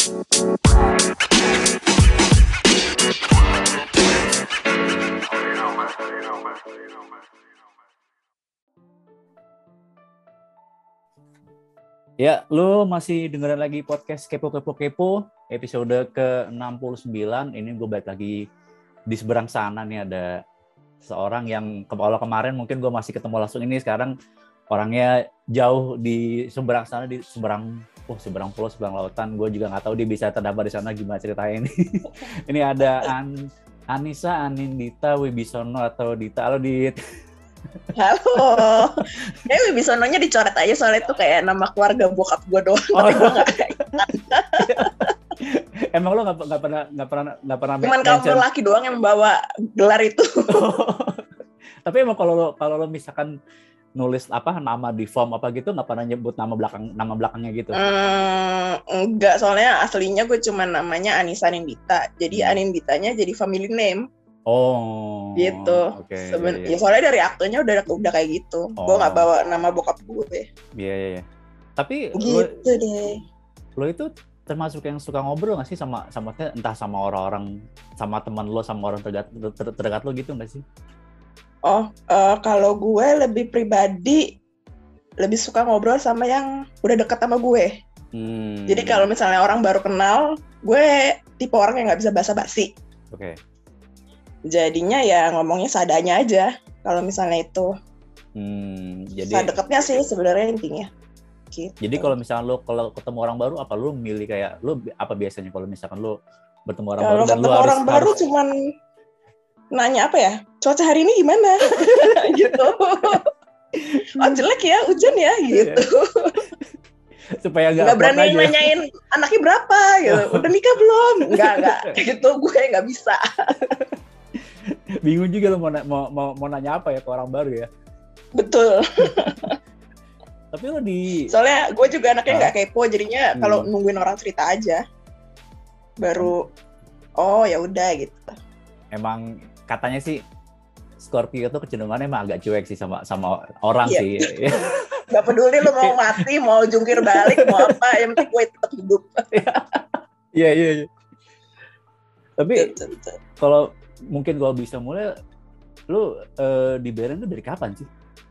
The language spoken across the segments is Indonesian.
Ya, lu masih dengerin lagi podcast Kepo episode ke-69. Ini gue balik lagi di seberang sana nih, ada seorang yang kalau kemarin mungkin gue masih ketemu langsung, ini sekarang orangnya jauh di seberang sana, di seberang pulau, seberang lautan. Gue juga nggak tahu dia bisa terdampar di sana, gimana ceritanya ini. Ini ada Anissa Anindita Wibisono atau Dita. Halo Dit. Halo, Wibisononya dicoret aja soalnya itu kayak nama keluarga bokap gue doang, tapi gue nggak ingat. Emang lo nggak pernah? Cuman kamu laki doang yang bawa gelar itu. Tapi emang kalau lo misalkan nulis nama di form apa gitu, nggak pernah nyebut nama belakangnya gitu? Enggak, soalnya aslinya gue cuman namanya Anissa Anindita, jadi Aninditanya jadi family name. Oh, gitu. Okay, ya soalnya dari aktenya udah kayak gitu. Gue nggak bawa nama bokap gue. Iya. Tapi gitu deh. Lo itu termasuk yang suka ngobrol nggak sih sama entah sama orang-orang, sama teman lo, sama orang terdekat lo gitu nggak sih? Kalau gue lebih pribadi lebih suka ngobrol sama yang udah dekat sama gue. Jadi kalau misalnya orang baru kenal, gue tipe orang yang nggak bisa basa-basi. Oke. Jadinya ya ngomongnya seadanya aja kalau misalnya itu. Jadi dekatnya sih sebenarnya intinya. Gitu. Jadi kalau misalnya lo kalau ketemu orang baru, apa lo milih kayak lo apa biasanya kalau misalkan lo bertemu orang baru dan lo harus orang baru cuman nanya apa ya? Cuaca hari ini gimana? gitu. Oh jelek ya, hujan ya gitu. Supaya nggak berani aja. Nanyain anaknya berapa gitu. Udah nikah belum? Enggak. Gitu gue nggak bisa. Bingung juga lo mau nanya apa ya ke orang baru ya. Betul. Tapi lo soalnya gue juga anaknya nggak kepo, jadinya kalau nungguin orang cerita aja baru ya udah gitu. Emang katanya sih Scorpio tuh kecenderungannya emang agak cuek sih sama orang sih. Gak peduli lo mau mati, mau jungkir balik, mau apa, yang penting gue tetap hidup. Iya. Tapi kalau mungkin gue bisa mulai, lu di Beren tuh dari kapan sih?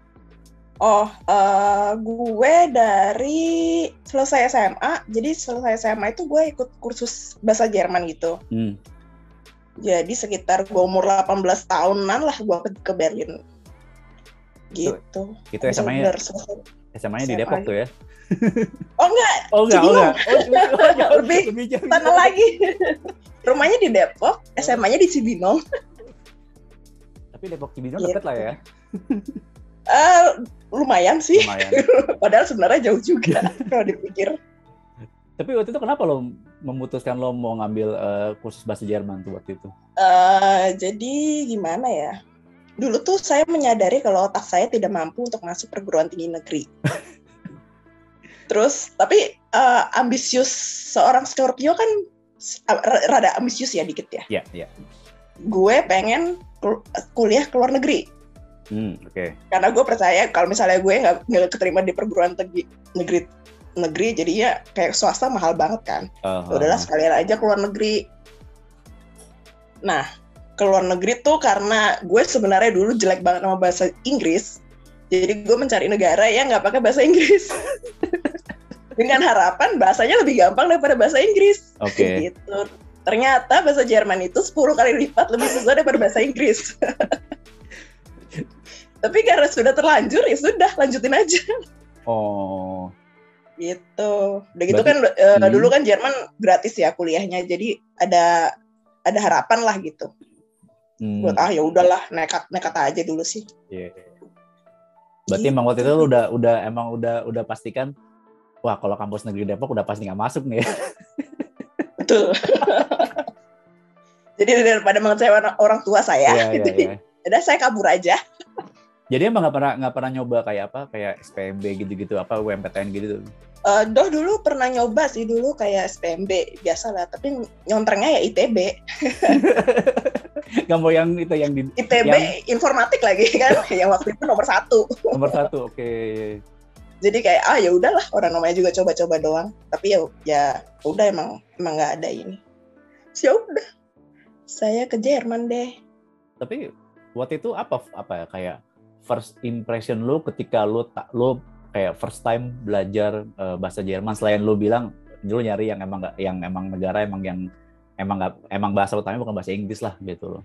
Gue dari selesai SMA. Jadi selesai SMA itu gue ikut kursus bahasa Jerman gitu. Jadi sekitar gue umur 18 tahunan lah gue ke Berlin. Gitu. Itu SMA-nya di Depok tuh ya? Enggak. Lebih sana lagi. Rumahnya di Depok, SMA-nya di Cibinong. Tapi Depok Cibinong dekat lah ya? Lumayan sih. Padahal sebenarnya jauh juga kalau dipikir. Tapi waktu itu kenapa lo memutuskan lo mau ngambil kursus bahasa Jerman tuh waktu itu? Jadi gimana ya? Dulu tuh saya menyadari kalau otak saya tidak mampu untuk masuk perguruan tinggi negeri. Terus, tapi ambisius seorang Scorpio kan rada ambisius ya dikit ya. Iya. Gue pengen kuliah ke luar negeri. Oke. Karena gue percaya kalau misalnya gue nggak keterima di perguruan tinggi negeri, jadinya kayak swasta mahal banget kan. Udahlah sekalian aja ke luar negeri. Nah, ke luar negeri tuh karena gue sebenarnya dulu jelek banget sama bahasa Inggris, jadi gue mencari negara yang nggak pakai bahasa Inggris. Dengan harapan bahasanya lebih gampang daripada bahasa Inggris. Oke. Gitu. Ternyata bahasa Jerman itu 10 kali lipat lebih susah daripada bahasa Inggris. Tapi karena sudah terlanjur, ya sudah, lanjutin aja. Gitu. Udah gitu kan dulu kan Jerman gratis ya kuliahnya, jadi ada harapan lah gitu. Buat ya udahlah, nekat aja dulu sih. Iya. Berarti emang waktu itu lu udah pastikan, wah kalau kampus negeri Depok udah pasti nggak masuk nih. Betul. Jadi daripada mengecewakan orang tua saya, udah saya kabur aja. Jadi emang nggak pernah nyoba kayak SPMB gitu-gitu, apa UMPTN gitu? Dulu pernah nyoba sih dulu kayak SPMB biasa lah, tapi nyontrengnya ya ITB. Gak mau yang itu yang di ITB yang informatik lagi kan, yang waktu itu nomor 1. Nomor 1, oke. Jadi kayak ya udahlah, orang namanya juga coba-coba doang. Tapi ya udah emang nggak ada ini. Ya udah, saya ke Jerman deh. Tapi waktu itu apa ya, kayak first impression lu ketika lu kayak first time belajar bahasa Jerman, selain lu bilang lu nyari yang emang negara yang emang bahasa utamanya bukan bahasa Inggris lah gitu loh.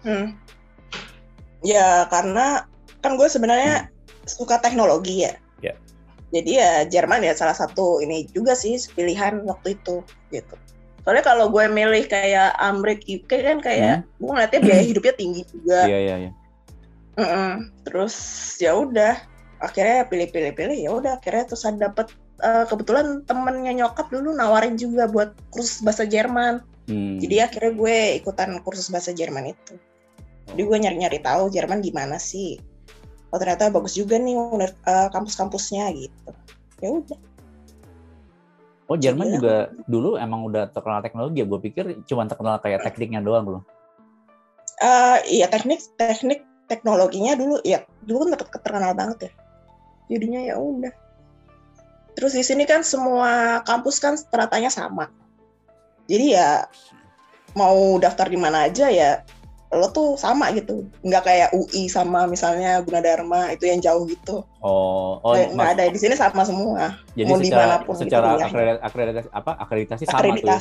Ya karena kan gue sebenarnya suka teknologi ya. Yeah. Jadi ya Jerman ya salah satu ini juga sih pilihan waktu itu gitu. Soalnya kalau gue milih kayak Amerika, UK kan kayak gue ngeliatnya biaya hidupnya tinggi juga. Iya. Terus ya udah akhirnya pilih ya udah akhirnya terus ada dapet kebetulan temennya nyokap dulu nawarin juga buat kursus bahasa Jerman. Jadi akhirnya gue ikutan kursus bahasa Jerman itu. Jadi gue nyari tahu Jerman gimana sih. Oh ternyata bagus juga nih kampus-kampusnya gitu. Ya udah. Oh Jerman juga dulu emang udah terkenal teknologi ya? Gue pikir cuma terkenal kayak tekniknya doang loh. Iya teknologinya dulu kan terkenal banget ya. Jadinya ya udah. Terus di sini kan semua kampus kan stratanya sama. Jadi ya mau daftar di mana aja ya lo tuh sama gitu, nggak kayak UI sama misalnya Gunadarma itu yang jauh gitu. Nggak ada di sini sama semua. Jadi mau dimanapun secara gitu, akreditasi sama tuh.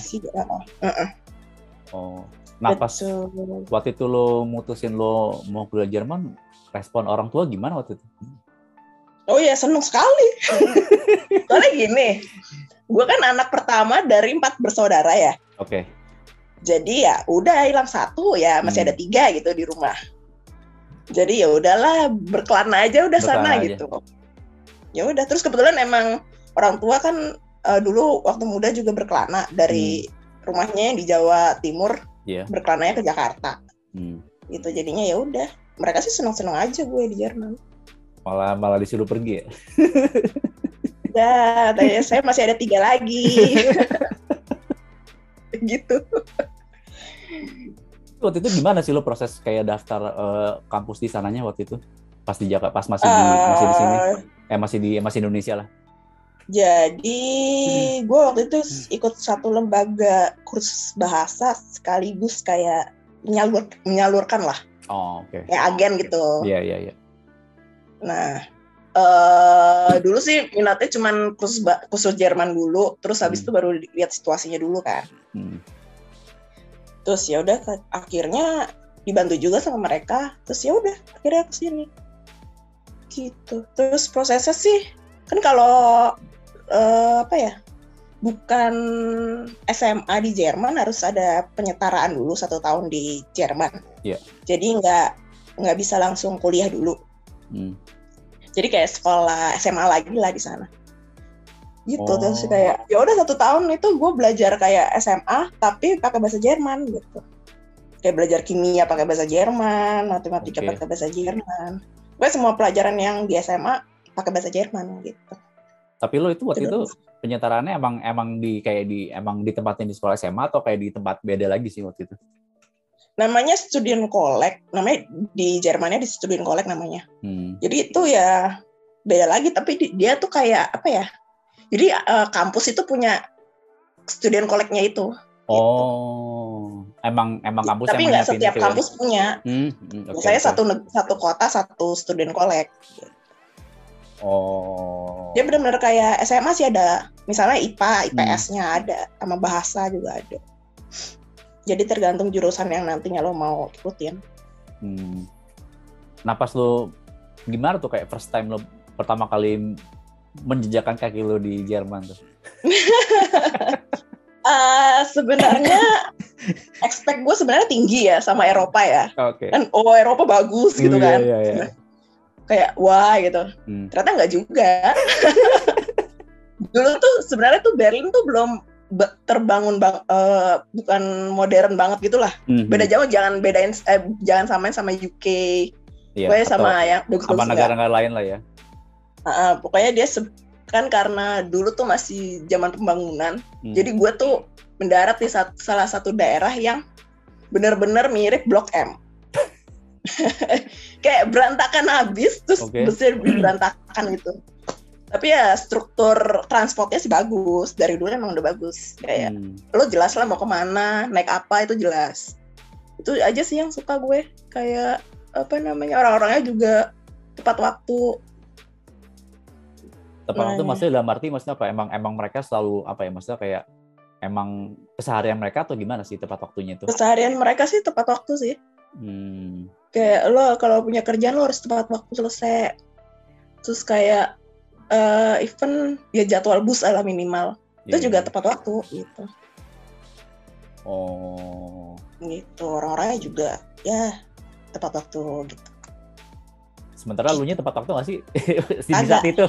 Nah pas waktu itu lo mutusin lo mau kuliah Jerman, respon orang tua gimana waktu itu? Oh iya seneng sekali. Soalnya gini, gue kan anak pertama dari 4 bersaudara ya. Oke. Jadi ya udah hilang 1 ya masih ada 3 gitu di rumah. Jadi ya udahlah berkelana aja sana aja. Gitu. Ya udah terus kebetulan emang orang tua kan dulu waktu muda juga berkelana dari rumahnya yang di Jawa Timur berkelananya ke Jakarta. Gitu jadinya ya udah mereka sih senang-senang aja gue di Jerman. Malah disuruh pergi ya. Udah, saya masih ada 3 lagi. Gitu. Waktu itu gimana sih lo proses kayak daftar kampus di sananya waktu itu? Pas di Jakarta, pas masih di sini? Masih Indonesia lah. Jadi gue waktu itu ikut satu lembaga kursus bahasa sekaligus kayak menyalurkan lah. Oh, oke. Kayak agen gitu. Iya. Nah, dulu sih minatnya cuman kursus Jerman dulu, terus habis itu baru lihat situasinya dulu kan. Terus ya udah akhirnya dibantu juga sama mereka, terus ya udah akhirnya kesini gitu. Terus prosesnya sih kan kalau bukan SMA di Jerman harus ada penyetaraan dulu 1 tahun di Jerman. Jadi nggak bisa langsung kuliah dulu. Jadi kayak sekolah SMA lagi lah di sana. Gitu. Terus kayak ya udah 1 tahun itu gue belajar kayak SMA tapi pakai bahasa Jerman gitu. Kayak belajar kimia pakai bahasa Jerman, matematika pakai bahasa Jerman. Gue semua pelajaran yang di SMA pakai bahasa Jerman gitu. Tapi lo itu waktu itu penyetaraannya emang ditempatin di sekolah SMA atau kayak di tempat beda lagi sih waktu itu? Namanya Studienkolleg, namanya di Jermannya di Studienkolleg namanya. Jadi itu ya beda lagi, tapi dia tuh kayak apa ya? Jadi kampus itu punya Studienkollegnya itu. Oh, gitu. Emang kampus tapi nggak setiap kampus punya. Saya satu kota satu Studienkolleg. Dia benar-benar kayak SMA sih ada, misalnya IPA, IPS-nya ada, sama bahasa juga ada. Jadi tergantung jurusan yang nantinya lo mau ikutin. Nah pas lo gimana tuh kayak first time lo pertama kali menjejakkan kaki lo di Jerman tuh? Sebenarnya expect gue sebenarnya tinggi ya sama Eropa ya. Kan Eropa bagus gitu kan. Iya. Kayak wah gitu. Ternyata nggak juga. Dulu tuh sebenarnya tuh Berlin tuh belum terbangun bukan modern banget gitulah. Beda jauh, jangan samain sama UK. Pokoknya sama yang bagus-bagus sama negara-negara lain lah ya. Pokoknya dia kan karena dulu tuh masih zaman pembangunan. Jadi gue tuh mendarat di salah satu daerah yang benar-benar mirip Blok M. Kayak berantakan habis, terus berantakan gitu. Tapi ya struktur transportnya sih bagus, dari dulu emang udah bagus. Kayak lo jelas lah mau kemana, naik apa itu jelas. Itu aja sih yang suka gue. Kayak orang-orangnya juga tepat waktu. Tepat waktu maksudnya dalam arti maksudnya apa? Emang mereka selalu apa ya? Maksudnya kayak emang keseharian mereka atau gimana sih tepat waktunya itu? Keseharian mereka sih tepat waktu sih. Kayak lo kalau punya kerjaan lo harus tepat waktu selesai. Terus kayak even ya jadwal bus ala minimal itu juga tepat waktu gitu. Gitu, orang-orangnya juga ya tepat waktu gitu. Sementara lu nya tepat waktu nggak sih di saat itu?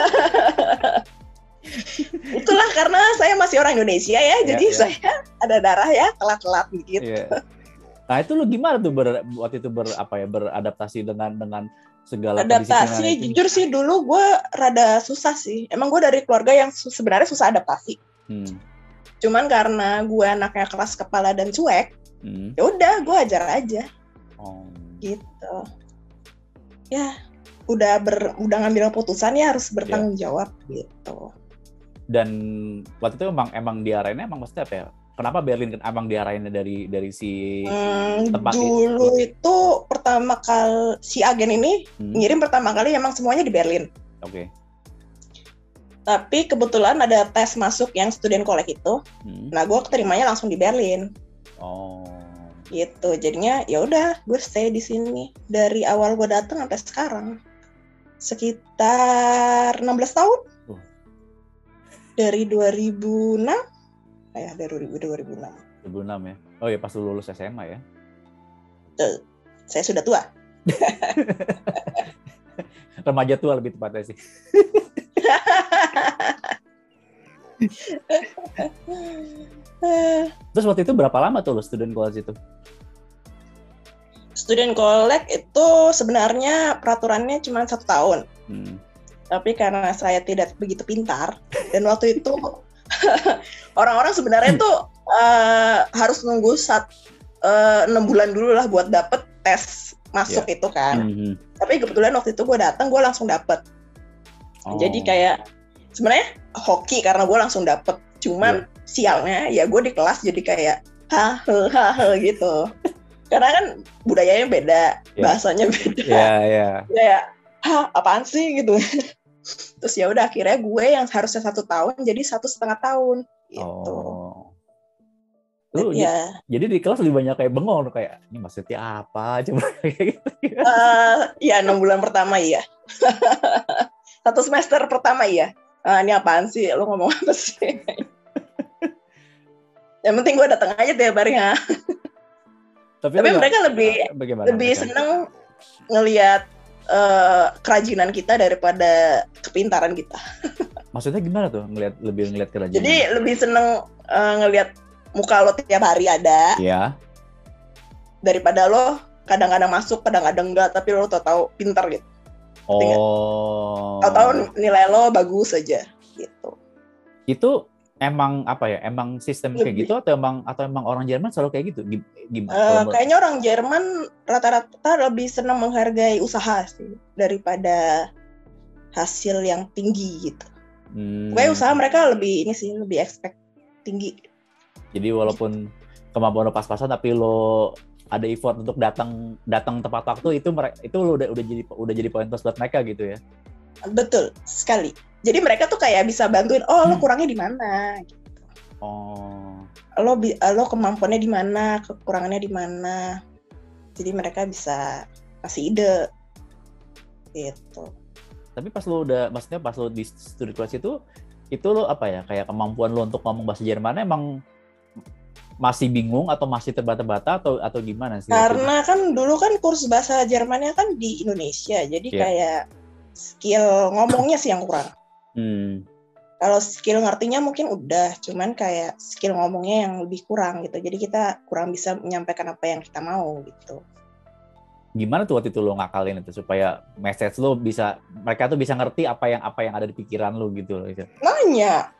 Itulah karena saya masih orang Indonesia ya, jadi saya ada darah ya telat-telat gitu. Nah itu lu gimana tuh waktu itu beradaptasi dengan segala adaptasi? Jujur sih dulu gue rada susah sih. Emang gue dari keluarga yang sebenarnya susah adaptasi. Cuman karena gue anaknya keras kepala dan cuek, ya udah gue ajar aja. Gitu. Ya udah ngambil keputusan ya harus bertanggung jawab gitu. Dan waktu itu emang diarahinnya emang maksudnya apa ya? Kenapa Berlin emang diarahinnya dari si tempat dulu itu pertama kali si agen ini ngirim pertama kali emang semuanya di Berlin. Oke. Tapi kebetulan ada tes masuk yang student collect itu. Nah, gue keterimanya langsung di Berlin. Gitu. Jadinya ya udah gue stay di sini dari awal gue datang sampai sekarang. Sekitar 16 tahun. Dari 2006. Dari 2006. 2006 ya. Oh ya pas lu lulus SMA ya. Tuh, saya sudah tua. Remaja tua lebih tepatnya sih. Terus waktu itu berapa lama tuh lu student college itu? Student college itu sebenarnya peraturannya cuma 1 tahun. Tapi karena saya tidak begitu pintar dan waktu itu orang-orang sebenarnya tuh harus nunggu 6 bulan dulu lah buat dapet tes masuk itu kan. Tapi kebetulan waktu itu gue datang, gue langsung dapet. Jadi kayak sebenarnya hoki karena gue langsung dapet. Cuman sialnya ya gue di kelas jadi kayak gitu. Karena kan budayanya beda, bahasanya beda. Kayak apaan sih gitu. Terus ya udah akhirnya gue yang harusnya 1 tahun jadi 1,5 tahun gitu. Lu jadi di kelas lebih banyak kayak bengong kayak ini maksudnya apa coba kayak gitu. Ya 6 bulan pertama iya. 1 semester pertama iya. Ini apaan sih? Lu ngomong apa sih? Yang penting gue datang aja tiap hari ya. Tapi mereka lebih seneng ngelihat kerajinan kita daripada kepintaran kita. Maksudnya gimana tuh lebih ngelihat kerajinan? Jadi lebih seneng ngelihat muka lo tiap hari ada. Iya. Daripada lo kadang-kadang masuk, kadang-kadang enggak, tapi lo tahu pintar gitu. Tahu nilai lo bagus aja gitu. Itu emang apa ya? Emang sistem kayak gitu atau emang orang Jerman selalu kayak gitu? Kayaknya orang Jerman rata-rata lebih senang menghargai usaha sih daripada hasil yang tinggi gitu. Kayak usaha mereka lebih expect tinggi. Jadi walaupun kemampuan lo pas-pasan tapi lo ada effort untuk datang tepat waktu itu lo udah jadi poin plus buat mereka gitu ya. Betul sekali. Jadi mereka tuh kayak bisa bantuin, lo kurangnya di mana gitu. Lo kemampuannya di mana, kekurangannya di mana. Jadi mereka bisa kasih ide gitu. Tapi pas lo di studi kelas itu lo apa ya, kayak kemampuan lo untuk ngomong bahasa Jerman emang masih bingung atau masih terbata-bata atau gimana sih? Karena kan dulu kan kurs bahasa Jermannya kan di Indonesia, jadi kayak skill ngomongnya sih yang kurang. Kalau skill ngertinya mungkin udah, cuman kayak skill ngomongnya yang lebih kurang gitu. Jadi kita kurang bisa menyampaikan apa yang kita mau gitu. Gimana tuh waktu itu lo ngakalin itu supaya message lo mereka tuh bisa ngerti apa yang ada di pikiran lo gitu loh itu? Nanya.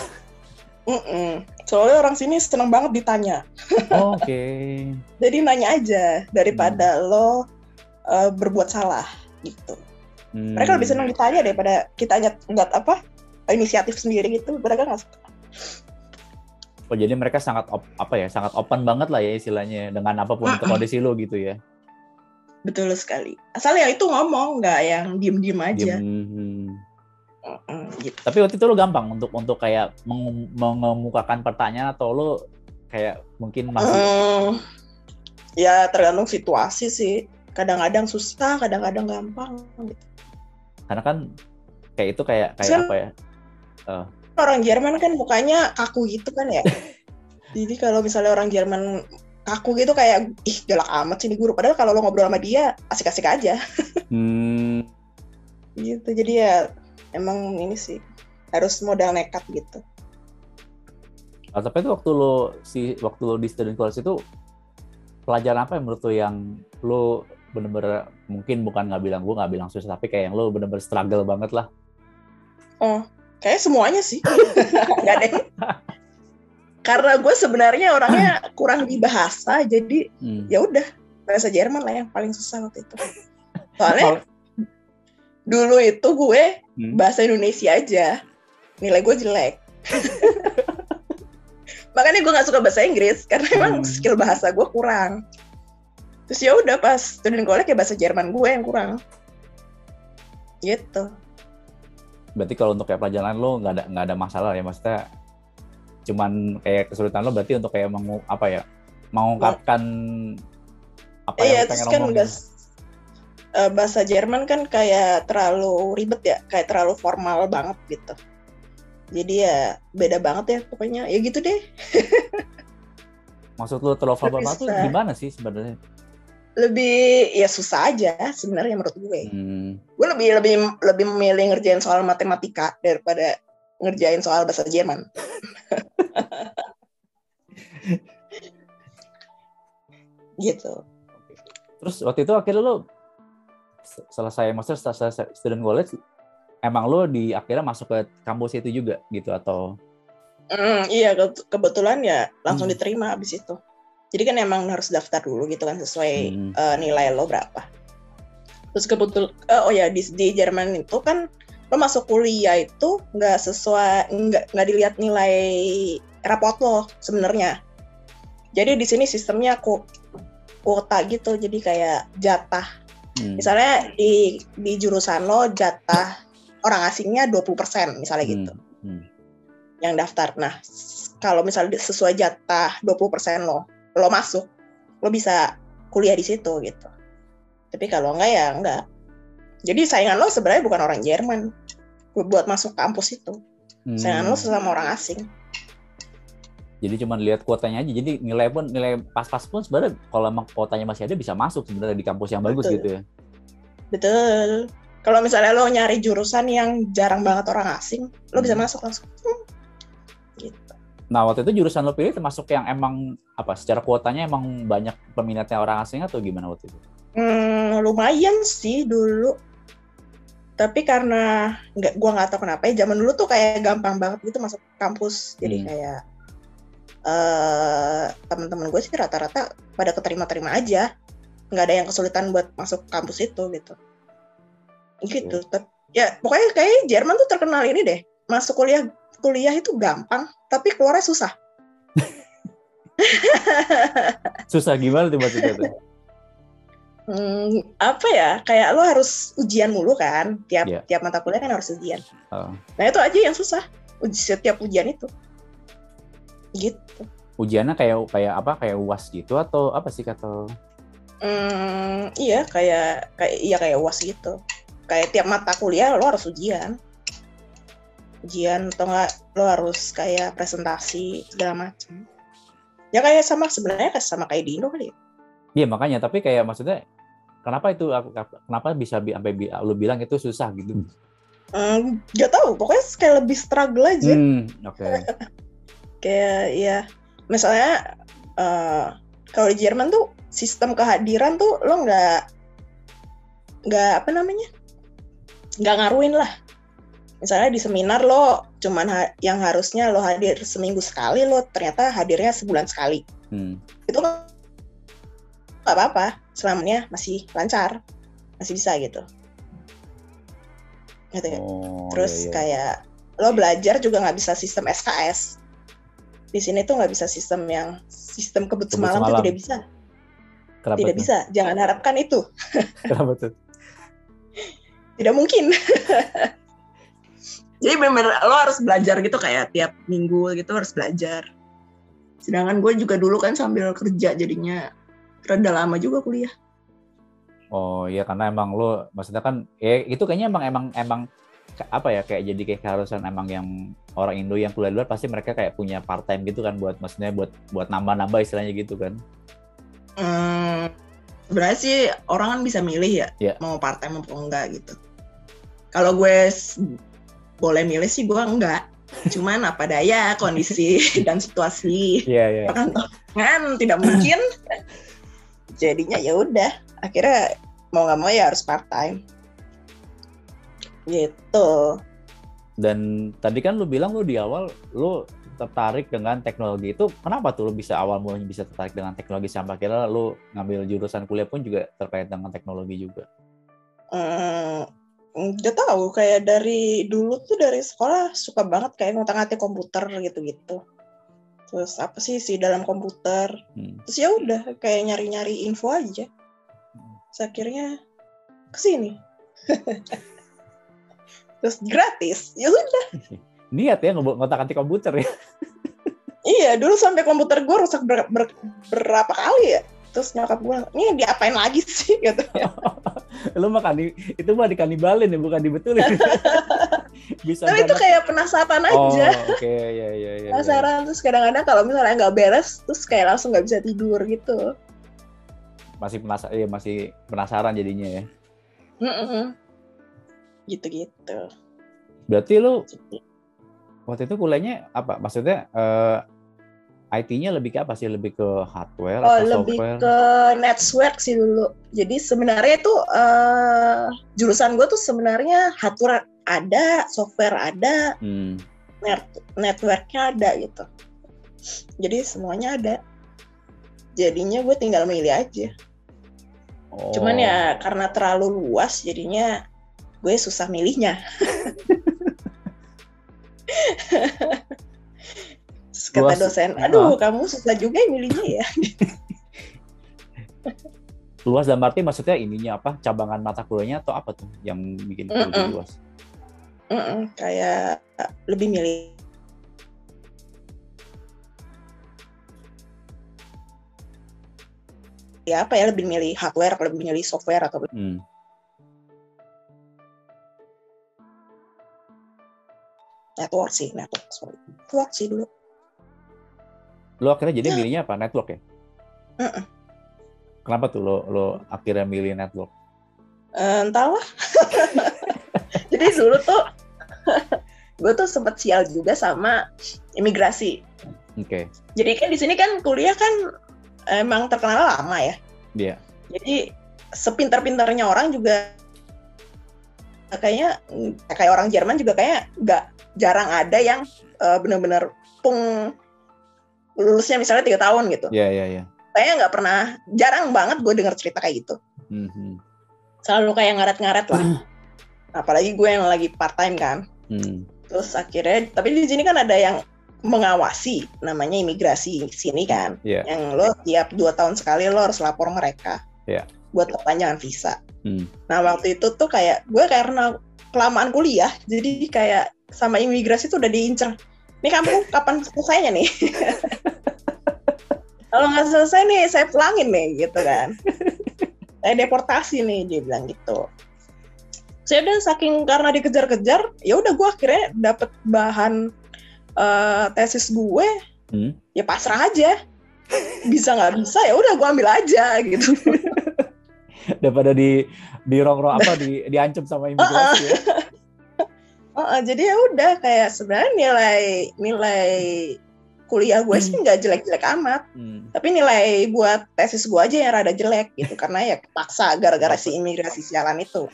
Soalnya orang sini seneng banget ditanya. Oke. Jadi nanya aja daripada lo berbuat salah gitu. Mereka lebih senang ditanya daripada kita nggak inisiatif sendiri gitu. Mereka nggak suka. Oh, jadi mereka sangat sangat open banget lah ya istilahnya dengan apapun itu kondisi lo gitu ya. Betul sekali. Asal ya itu ngomong, nggak yang diem-diem aja. Gitu. Tapi waktu itu lo gampang untuk kayak mengemukakan pertanyaan atau lo kayak mungkin masih? Ya tergantung situasi sih. Kadang-kadang susah, kadang-kadang gampang. Gitu. Karena kan kayak itu kayak apa ya? Orang Jerman kan mukanya kaku gitu kan ya. Jadi kalau misalnya orang Jerman kaku gitu kayak galak amat sih nih guru. Padahal kalau lo ngobrol sama dia asik-asik aja. Gitu. Jadi ya emang ini sih harus modal nekat gitu. Tapi itu waktu lo di student college itu pelajaran apa yang menurut lo yang lo bener-bener mungkin bukan gue nggak bilang susah tapi kayak yang lo bener-bener struggle banget lah? Kayak semuanya sih. Nggak deh. Karena gue sebenarnya orangnya kurang di bahasa, jadi ya udah bahasa Jerman lah yang paling susah waktu itu. Soalnya dulu itu gue bahasa Indonesia aja, nilai gue jelek. Makanya gue nggak suka bahasa Inggris karena emang skill bahasa gue kurang. Terus ya udah pas student college ya bahasa Jerman gue yang kurang. Gitu. Berarti kalau untuk kayak pelajaran lo nggak ada masalah ya, maksudnya cuman kayak kesulitan lo berarti untuk kayak mengungkapkan apa yang pengen kan ngomongin. Bahasa Jerman kan kayak terlalu ribet ya, kayak terlalu formal banget gitu. Jadi ya beda banget ya pokoknya, ya gitu deh. Maksud lo terlalu formal banget tuh gimana sih sebenarnya? Lebih ya susah aja sebenarnya menurut gue. Gue lebih memilih ngerjain soal matematika daripada ngerjain soal bahasa Jerman. Gitu. Terus waktu itu akhirnya lo selesai master, selesai student college, emang lo akhirnya masuk ke kampus itu juga gitu atau? Iya, kebetulan ya langsung diterima abis itu. Jadi kan emang harus daftar dulu gitu kan sesuai nilai lo berapa. Terus kebetulan di Jerman itu kan lo masuk kuliah itu nggak dilihat nilai rapot lo sebenarnya. Jadi di sini sistemnya kuota gitu, jadi kayak jatah. Misalnya di jurusan lo jatah orang asingnya 20% misalnya gitu. Yang daftar. Nah, kalau misalnya sesuai jatah 20% lo masuk, lo bisa kuliah di situ gitu. Tapi kalau enggak ya enggak. Jadi saingan lo sebenarnya bukan orang Jerman buat masuk kampus itu. Saingan lo sesama orang asing. Jadi cuma lihat kuotanya aja. Jadi nilai pas-pas pun sebenarnya kalau emang kuotanya masih ada bisa masuk sebenarnya di kampus yang bagus gitu ya. Betul. Kalau misalnya lo nyari jurusan yang jarang banget orang asing, lo bisa masuk langsung. Gitu. Nah, waktu itu jurusan lo pilih termasuk yang emang secara kuotanya emang banyak peminatnya orang asing atau gimana waktu itu? Lumayan sih dulu. Tapi karena gua nggak tahu kenapa ya, zaman dulu tuh kayak gampang banget gitu masuk kampus. Jadi kayak teman-teman gue sih rata-rata pada keterima-terima aja. Nggak ada yang kesulitan buat masuk kampus itu gitu. Gitu. Ya pokoknya kayak Jerman tuh terkenal ini deh. Masuk kuliah itu gampang, tapi keluarnya susah. Susah gimana tuh maksudnya tuh? Kayak lo harus ujian mulu kan, tiap mata kuliah kan harus ujian. Nah itu aja yang susah, setiap ujian itu. Gitu. Ujiannya kayak UAS gitu atau apa sih kata? Iya kayak UAS gitu. Kayak tiap mata kuliah lo harus ujian atau enggak lo harus kayak presentasi segala macam. Ya kayak sebenarnya kayak di Indo kali ya. Iya makanya, tapi kayak maksudnya kenapa bisa sampai lu bilang itu susah gitu? Gak tahu, pokoknya kayak lebih struggle aja. Okay. Kayak ya misalnya kalau di Jerman tuh sistem kehadiran tuh lo nggak ngaruhin lah. Misalnya di seminar lo cuman yang harusnya lo hadir seminggu sekali, lo ternyata hadirnya sebulan sekali. Itu nggak apa-apa, selamanya masih lancar, masih bisa gitu. gitu ya. Terus kayak lo belajar juga nggak bisa sistem SKS. Di sini tuh nggak bisa sistem kebut semalam tuh tidak bisa. Kenapa tidak tuh? bisa, jangan harapkan itu. Kenapa tuh? Tidak mungkin. Jadi benar-benar lo harus belajar gitu, kayak tiap minggu gitu harus belajar. Sedangkan gue juga dulu kan sambil kerja, jadinya rada lama juga kuliah. Oh iya, karena emang lo maksudnya kan itu kayaknya emang apa ya, kayak jadi kayak keharusan emang yang orang Indo yang kuliah luar pasti mereka kayak punya part time gitu kan, maksudnya buat nambah-nambah istilahnya gitu kan. Sebenarnya sih orang kan bisa milih ya, mau part time atau enggak gitu. Kalau gue boleh milih sih gue enggak. Cuman apa daya kondisi dan situasi. Kan tidak mungkin. Jadinya ya udah, akhirnya mau nggak mau ya harus part time. Gitu. Dan tadi kan lu bilang lu di awal lu tertarik dengan teknologi, itu kenapa tuh lu bisa awal mulanya bisa tertarik dengan teknologi sampai akhirnya lu ngambil jurusan kuliah pun juga terkait dengan teknologi juga? Udah tahu, kayak dari dulu tuh dari sekolah suka banget kayak ngotak-ngatik komputer gitu-gitu. Terus apa sih dalam komputer? Terus ya udah kayak nyari-nyari info aja. Terus akhirnya kesini. Terus gratis, ya udah. Niat ya ngotak-ngatik komputer ya? Iya, dulu sampai komputer gue rusak berapa kali ya. Terus nyokap gue, ini diapain lagi sih? Gitu. Lu itu mah dikanibalin ya, bukan dibetulin. Bisa. Tapi itu kayak penasaran aja. Oke, ya. Penasaran, terus kadang-kadang kalau misalnya nggak beres, terus kayak langsung nggak bisa tidur gitu. Masih penasaran jadinya ya. Gitu. Berarti lu waktu itu kuliahnya apa? Maksudnya IT-nya lebih ke apa sih? Lebih ke hardware atau lebih software? Ke network sih dulu. Jadi sebenarnya itu jurusan gue tuh sebenarnya hardware ada, software ada, networknya ada gitu. Jadi semuanya ada. Jadinya gue tinggal milih aja. Cuman ya karena terlalu luas jadinya gue susah milihnya. Terus kata dosen, aduh kamu susah juga milihnya ya. Luas dalam arti maksudnya ininya apa? Cabangan mata kuliahnya atau apa tuh yang bikin lebih luas? Kayak lebih milih. Ya apa ya, lebih milih hardware, lebih milih software atau network sih dulu. Lo akhirnya jadi milihnya apa? Network ya? Kenapa tuh lo akhirnya milih network? Entahlah. Jadi dulu tuh gue tuh sempat sial juga sama imigrasi. Oke. Jadi kan di sini kan kuliah kan emang terkenal lama ya. Iya. Jadi sepintar-pintarnya orang juga kayaknya kayak orang Jerman juga kayak jarang ada yang benar-benar lulusnya misalnya 3 tahun gitu. Iya. Kayaknya nggak pernah, jarang banget gue dengar cerita kayak gitu. Selalu kayak ngaret-ngaret lah. Apalagi gue yang lagi part time kan. Terus akhirnya, tapi di sini kan ada yang mengawasi, namanya imigrasi sini kan. Yang lo tiap 2 tahun sekali lo harus lapor mereka. Buat perpanjangan visa. Nah waktu itu tuh kayak gue karena kelamaan kuliah, jadi kayak sama imigrasi tuh udah diincer. Ini kamu kapan selesainya nih? Kalau nggak selesai nih, saya pulangin nih, gitu kan. Saya deportasi nih, dia bilang gitu. Saya udah saking karena dikejar-kejar, ya udah gue akhirnya dapet bahan tesis gue, ya pasrah aja. Bisa nggak bisa, ya udah gue ambil aja, gitu. Daripada di rongrong apa diancam sama imigrasi ya. Jadi ya udah kayak sebenarnya nilai kuliah gue sih nggak jelek-jelek amat, tapi nilai buat tesis gue aja yang rada jelek gitu karena ya kepaksa gara-gara si imigrasi sialan itu.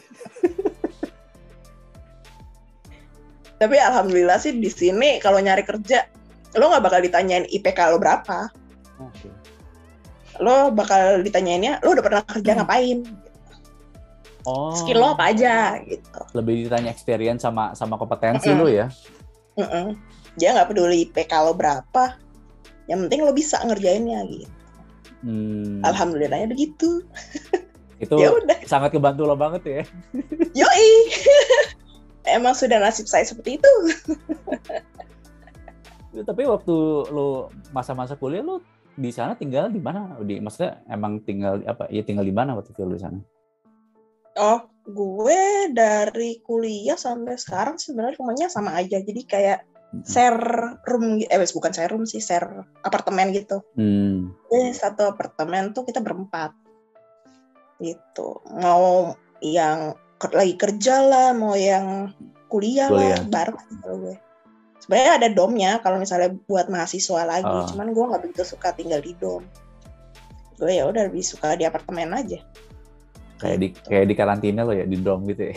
Tapi alhamdulillah sih di sini kalau nyari kerja lo nggak bakal ditanyain IPK lo berapa. Lo bakal ditanyainnya lo udah pernah kerja ngapain. skill lo apa aja gitu. Lebih ditanya experience sama kompetensi lo ya. Dia nggak peduli IPK lo berapa, yang penting lo bisa ngerjainnya gitu. Alhamdulillahnya begitu. Itu yaudah. Sangat kebantu lo banget ya. Yoi. Emang sudah nasib saya seperti itu. Tapi waktu lo masa-masa kuliah lo di sana tinggal di mana? Maksudnya emang tinggal apa? Ya tinggal di mana waktu itu lo di sana? Oh, gue dari kuliah sampai sekarang sebenarnya rumahnya sama aja. Jadi kayak share room, bukan share room sih, share apartemen gitu. Jadi satu apartemen tuh kita berempat. Gitu. Mau yang lagi kerja lah, mau yang kuliah. Lah, bareng kalau gue. Sebenarnya ada domnya kalau misalnya buat mahasiswa lagi, cuman gue nggak begitu suka tinggal di dom. Gue ya udah lebih suka di apartemen aja. Kayak di karantina lo ya, di dom gitu ya.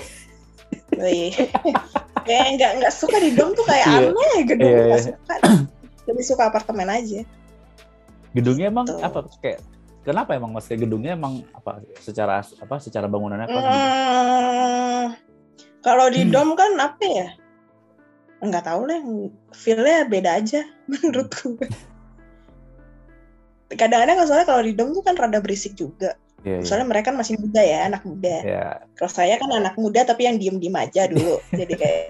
Kayak nggak suka di dom tuh kayak aneh, gedung nggak suka. Lebih suka apartemen aja. Gedungnya emang apa? Kayak kenapa emang maksudnya gedungnya emang apa? Secara bangunannya apa? Kalau di dom kan apa ya? Nggak tahu lah, feel-nya beda aja menurut gue. Kadang-kadang soalnya kalau di dom tuh kan rada berisik juga. Soalnya mereka kan masih muda ya, anak muda. Kalau saya kan anak muda tapi yang diem-diem aja dulu. Jadi kayak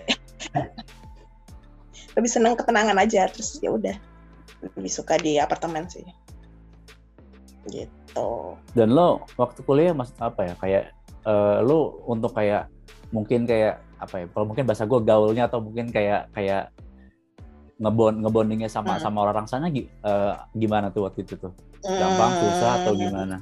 lebih seneng ketenangan aja. Terus ya udah lebih suka di apartemen sih. Gitu. Dan lo waktu kuliah apa ya? Kayak lo untuk kayak mungkin kayak apa ya? Kalau mungkin bahasa gue gaulnya atau mungkin kayak ngebondingnya sama orang sana gimana tuh waktu itu tuh? Gampang, susah atau gimana?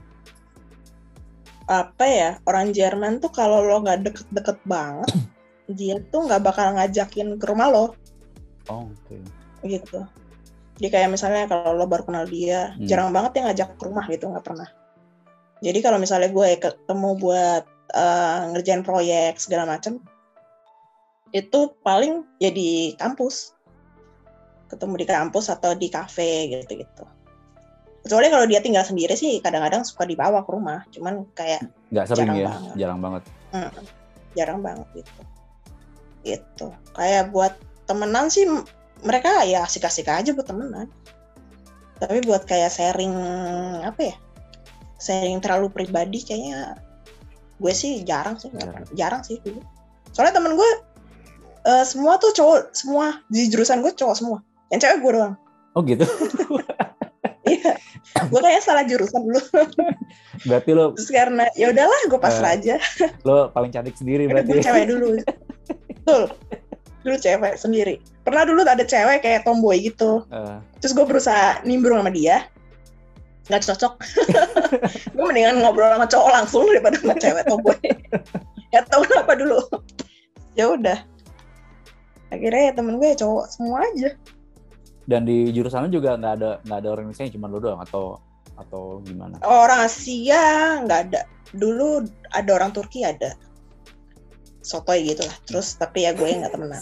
Apa ya, orang Jerman tuh kalau lo nggak deket-deket banget, dia tuh nggak bakal ngajakin ke rumah lo. Oke. Gitu. Jadi kayak misalnya kalau lo baru kenal dia, jarang banget dia ngajak ke rumah gitu, nggak pernah. Jadi kalau misalnya gue ketemu buat ngerjain proyek segala macam, itu paling ya di kampus. Ketemu di kampus atau di kafe gitu-gitu. Kecuali kalau dia tinggal sendiri sih kadang-kadang suka dibawa ke rumah, cuman kayak nggak sering ya, jarang banget. Jarang banget gitu. Kayak buat temenan sih mereka ya asik-asik aja buat temenan. Tapi buat kayak sharing apa ya, sharing terlalu pribadi kayaknya gue sih jarang sih dulu. Soalnya temen gue semua tuh cowok, semua di jurusan gue cowok semua, yang cewek gue doang. Oh gitu. Iya, gue kayaknya salah jurusan dulu. Berarti lo terus karena ya udahlah gue pasrah aja. Lo paling cantik sendiri berarti. Gue cewek dulu. Betul. Dulu cewek sendiri. Pernah dulu ada cewek kayak tomboy gitu. Terus gue berusaha nimbrung sama dia. Nggak cocok. Gue mendingan ngobrol sama cowok langsung daripada sama cewek tomboy. Ya tau kenapa dulu. Ya udah. Akhirnya ya temen gue cowok semua aja. Dan di jurusan juga nggak ada orang Indonesia, cuma lo doang atau gimana? Orang Asia nggak ada. Dulu ada orang Turki ada. Sotoy gitu lah. Terus tapi ya gue nggak temenan.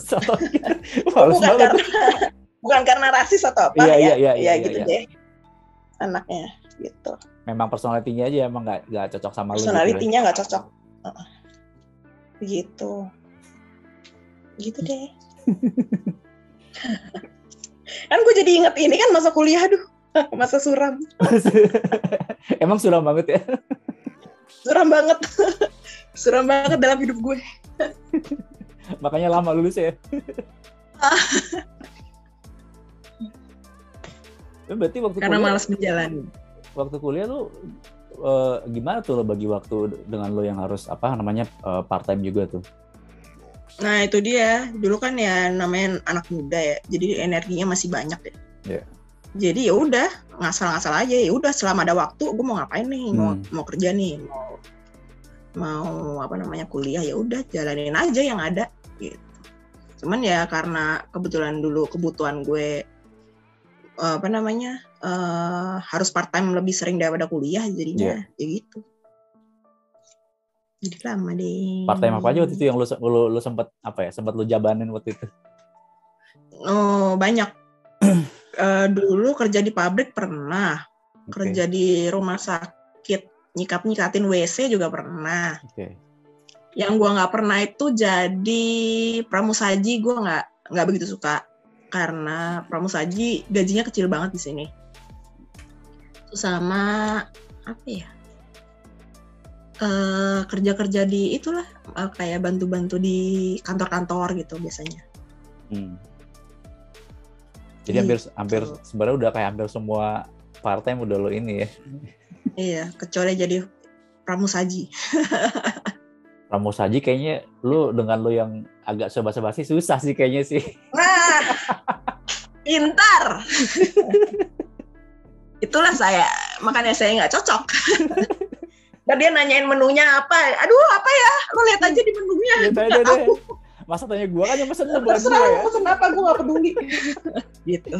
bukan karena rasis atau apa ya gitu deh. Anaknya gitu. Memang personalitinya aja emang nggak cocok sama lu. Personalitinya nggak cocok. Gitu deh. Kan gue jadi inget ini kan masa kuliah, masa suram. Emang suram banget ya? Suram banget dalam hidup gue. Makanya lama lulus ya? Berarti karena malas menjalani. Waktu kuliah lu gimana tuh lo bagi waktu dengan lo yang harus part time juga tuh? Nah itu dia, dulu kan ya namanya anak muda ya, jadi energinya masih banyak deh. Yeah. Jadi ya udah ngasal-ngasal aja, ya udah selama ada waktu gue mau ngapain nih, mau kerja nih, mau kuliah, ya udah jalanin aja yang ada gitu. Cuman ya karena kebetulan dulu kebutuhan gue harus part time lebih sering daripada kuliah, jadinya ya gitu. Jadi lama deh. Part time apa aja waktu itu yang lu sempat lu jabanin waktu itu? Oh banyak. Dulu kerja di pabrik pernah, kerja di rumah sakit nyikatin WC juga pernah. Yang gue nggak pernah itu jadi pramusaji, gue nggak begitu suka karena pramusaji gajinya kecil banget di sini. Sama apa ya? Kerja-kerja di itulah kayak bantu-bantu di kantor-kantor gitu biasanya. Jadi hampir sebenarnya udah kayak hampir semua part-time udah lo ini ya. Iya, kecuali jadi pramusaji. Pramusaji kayaknya lu dengan lu yang agak basa-basi susah sih kayaknya sih. Wah, pintar. Itulah saya, makanya saya nggak cocok. Dan dia nanyain menunya apa, aduh apa ya, lu lihat aja di menunya. Lihat aja deh. Masa tanya gue kan yang pesen lu bukan gue ya. Pesen apa, gue nggak peduli. Gitu.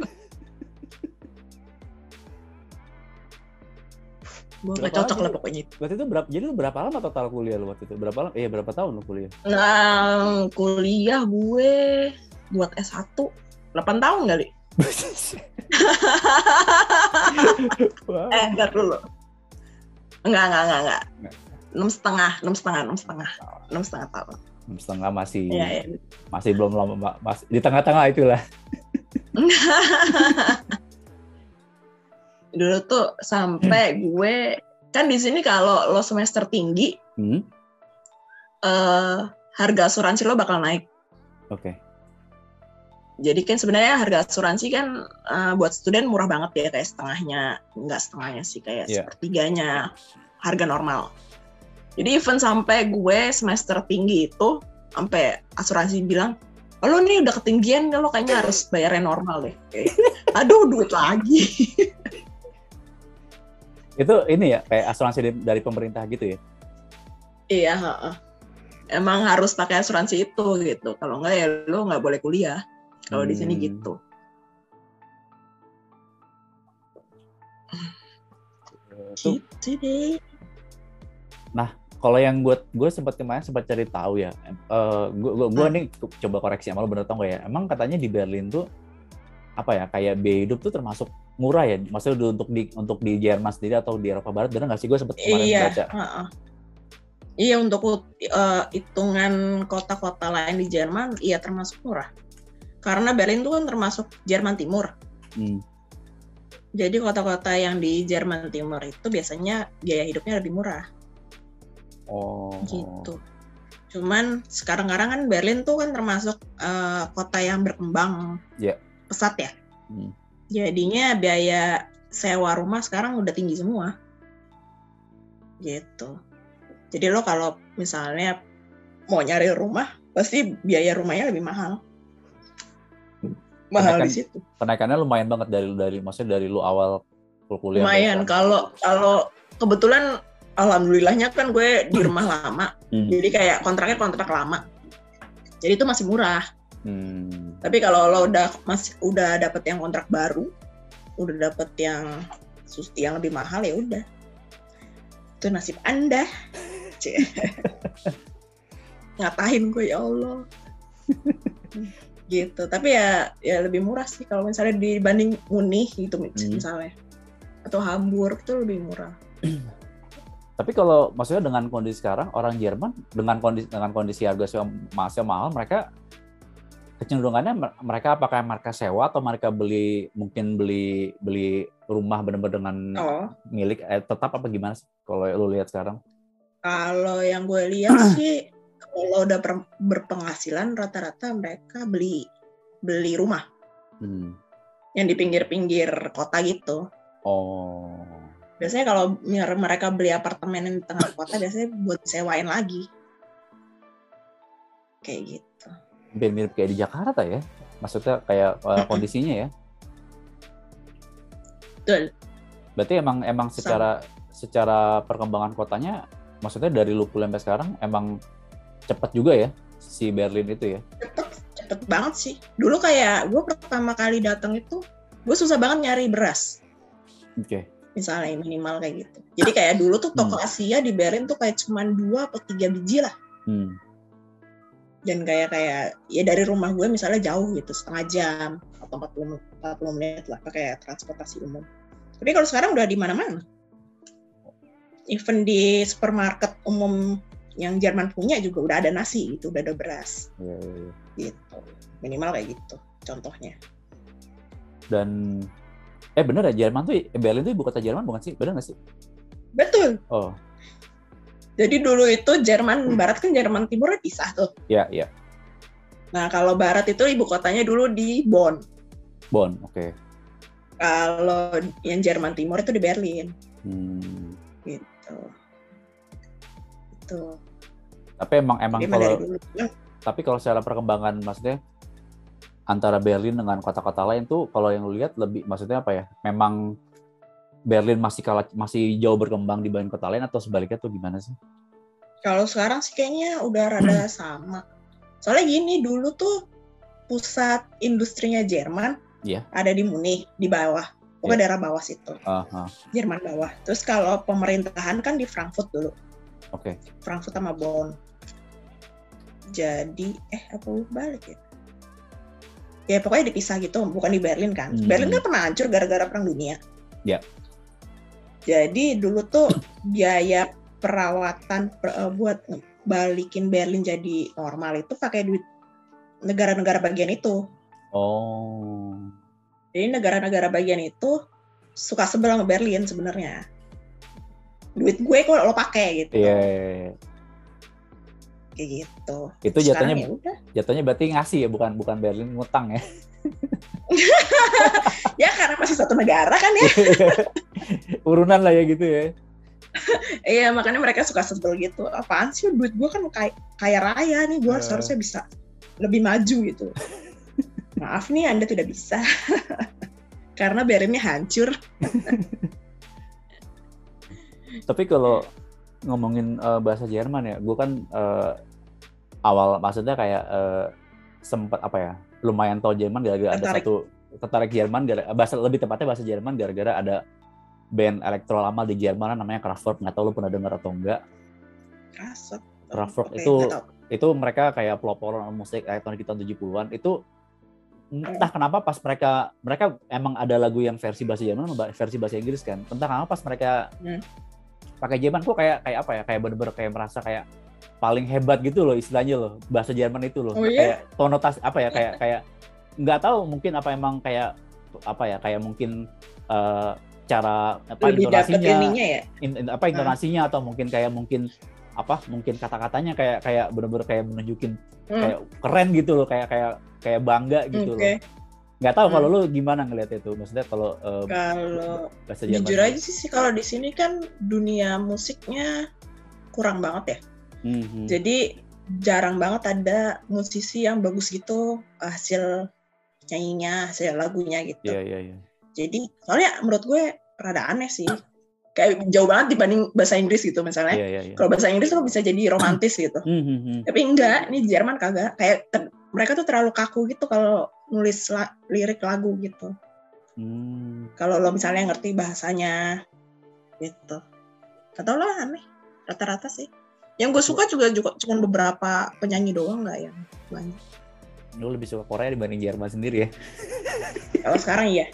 Gue nggak cocok lah pokoknya. Waktu itu jadi lu berapa lama total kuliah lu waktu itu? Berapa tahun lu kuliah? Nah, kuliah gue buat S1 8 tahun kali. Wow. Enggak dulu. Enggak. 6,5 tahun. 6,5 masih ya. Masih belum lama, masih di tengah-tengah itulah. Dulu tuh sampai gue kan di sini kalau lo semester tinggi, harga asuransi lo bakal naik. Oke. Jadi kan sebenarnya harga asuransi kan buat student murah banget ya, kayak enggak setengahnya sih, kayak sepertiganya harga normal. Jadi even sampai gue semester tinggi itu, sampai asuransi bilang, lo nih udah ketinggian, lo kayaknya harus bayarnya normal deh. Aduh, duit lagi. Itu ini ya, kayak asuransi dari pemerintah gitu ya? Iya, emang harus pakai asuransi itu gitu. Kalau enggak ya lo nggak boleh kuliah. Kalau di sini gitu. Gitu deh. Nah, kalau yang gue sempat cari tahu ya, gue nih coba koreksi sama lo bener tau nggak ya? Emang katanya di Berlin tuh apa ya, kayak biaya hidup tuh termasuk murah ya? Maksudnya untuk di Jerman sendiri atau di Eropa Barat, bener nggak sih? Gue sempat kemarin baca. Iya, untuk hitungan kota-kota lain di Jerman, iya termasuk murah. Karena Berlin tuh kan termasuk Jerman Timur. Jadi kota-kota yang di Jerman Timur itu biasanya biaya hidupnya lebih murah. Oh. Gitu. Cuman sekarang-kadang kan Berlin tuh kan termasuk kota yang berkembang pesat ya. Jadinya biaya sewa rumah sekarang udah tinggi semua. Gitu. Jadi lo kalau misalnya mau nyari rumah, pasti biaya rumahnya lebih mahal. Mahal di situ. Kenaikannya lumayan banget dari maksudnya dari lu awal kuliah. Lumayan, kalau kebetulan alhamdulillahnya kan gue di rumah lama. Jadi kayak kontrak lama. Jadi itu masih murah. Tapi kalau lo udah dapet yang kontrak baru, udah dapet yang lebih mahal, ya udah. Itu nasib Anda. Ngatain gue, ya Allah. Gitu. Tapi ya lebih murah sih kalau misalnya dibanding Munich gitu misalnya. Atau Hamburg itu lebih murah. Tapi kalau maksudnya dengan kondisi sekarang, orang Jerman dengan kondisi harga masih mahal, mereka kecenderungannya apakah mereka sewa atau mereka beli rumah benar-benar dengan milik tetap apa gimana sih kalau lu lihat sekarang? Kalau yang gue lihat sih, kalau udah berpenghasilan rata-rata mereka beli rumah yang di pinggir-pinggir kota gitu. Biasanya kalau mereka beli apartemen yang di tengah kota, biasanya buat sewain lagi. Kayak gitu. Mirip kayak di Jakarta ya? Maksudnya kayak kondisinya ya? Betul. Berarti emang secara perkembangan kotanya, maksudnya dari lu kuliah sampai sekarang emang cepat juga ya si Berlin itu ya? Cepet banget sih. Dulu kayak gue pertama kali datang itu, gue susah banget nyari beras. Oke. Misalnya minimal kayak gitu. Jadi kayak dulu tuh toko Asia di Berlin tuh kayak cuma 2 atau 3 biji lah. Dan kayak ya dari rumah gue misalnya jauh gitu, setengah jam atau 40 menit lah pakai transportasi umum. Tapi kalau sekarang udah di mana-mana. Even di supermarket umum yang Jerman punya juga udah ada nasi gitu, udah ada beras. Gitu. Minimal kayak gitu contohnya. Dan bener ya, Jerman tuh, Berlin tuh ibu kota Jerman bukan sih? Bener nggak sih? Betul. Oh. Jadi dulu itu Jerman Barat kan Jerman Timurnya pisah tuh. Iya. Nah kalau Barat itu ibu kotanya dulu di Bonn. Bonn, oke. Kalau yang Jerman Timur itu di Berlin. Gitu. Itu. Tapi emang kalau secara perkembangan maksudnya antara Berlin dengan kota-kota lain tuh kalau yang lu lihat lebih, maksudnya apa ya? Memang Berlin masih jauh berkembang dibanding kota lain atau sebaliknya tuh gimana sih? Kalau sekarang sih kayaknya udah rada sama. Soalnya gini, dulu tuh pusat industrinya Jerman ada di Munich, di bawah. Pokoknya daerah bawah situ. Jerman bawah. Terus kalau pemerintahan kan di Frankfurt dulu. Oke. Frankfurt sama Bonn. Jadi, apa balik ya? Ya pokoknya dipisah gitu, bukan di Berlin kan. Berlin kan pernah hancur gara-gara Perang Dunia. Ya. Jadi dulu tuh biaya perawatan buat balikin Berlin jadi normal itu pakai duit negara-negara bagian itu. Oh. Jadi negara-negara bagian itu suka sebel sama Berlin sebenarnya. Duit gue kok lo pakai gitu. Iya. Kayak gitu. Itu jatuhnya berarti ngasih ya, bukan Berlin ngutang ya. Ya karena masih satu negara kan ya. Urunan lah ya gitu ya. Iya makanya mereka suka sebel gitu. Apaan sih duit gue kan kaya raya nih, gue seharusnya bisa lebih maju gitu. Maaf nih Anda tidak bisa. Karena Berlinnya hancur. Tapi kalau ngomongin bahasa Jerman ya, gue kan awal maksudnya kayak sempat lumayan tahu Jerman gara-gara ada satu tertarik Jerman, lebih tepatnya bahasa Jerman gara-gara ada band elektro lama di Jerman namanya Kraftwerk, nggak tahu lu pernah dengar atau enggak? Kraftwerk itu mereka kayak peloporan musik elektronik di tahun 70-an. Itu entah kenapa pas mereka emang ada lagu yang versi bahasa Jerman sama versi bahasa Inggris kan. Entah kenapa pas mereka pakai Jerman kok kayak apa ya? Kayak bener-bener kayak merasa kayak paling hebat gitu loh istilahnya loh, bahasa Jerman itu loh. Kayak konotasi apa ya, kayak nggak tahu mungkin apa emang kayak apa ya, kayak mungkin cara intonasinya intonasinya atau mungkin kata-katanya kayak bener-bener kayak menunjukin kayak keren gitu loh, kayak bangga gitu loh. Nggak tahu kalau lu gimana ngeliat itu, maksudnya kalau bahasa Jerman. Jujur aja sih kalau di sini kan dunia musiknya kurang banget ya. Jadi jarang banget ada musisi yang bagus gitu hasil nyanyinya, hasil lagunya gitu. Iya. Jadi soalnya menurut gue rada aneh sih. Kayak jauh banget dibanding bahasa Inggris gitu misalnya. Iya. Kalau bahasa Inggris tuh bisa jadi romantis gitu. Tapi enggak, ini Jerman kagak. Kayak mereka tuh terlalu kaku gitu kalau nulis lirik lagu gitu. Kalau lo misalnya ngerti bahasanya gitu. Atau lo aneh, rata-rata sih. Yang gue suka juga cuma beberapa penyanyi doang, nggak yang banyak. Lo lebih suka Korea dibanding Jerman sendiri ya? Kalau sekarang iya.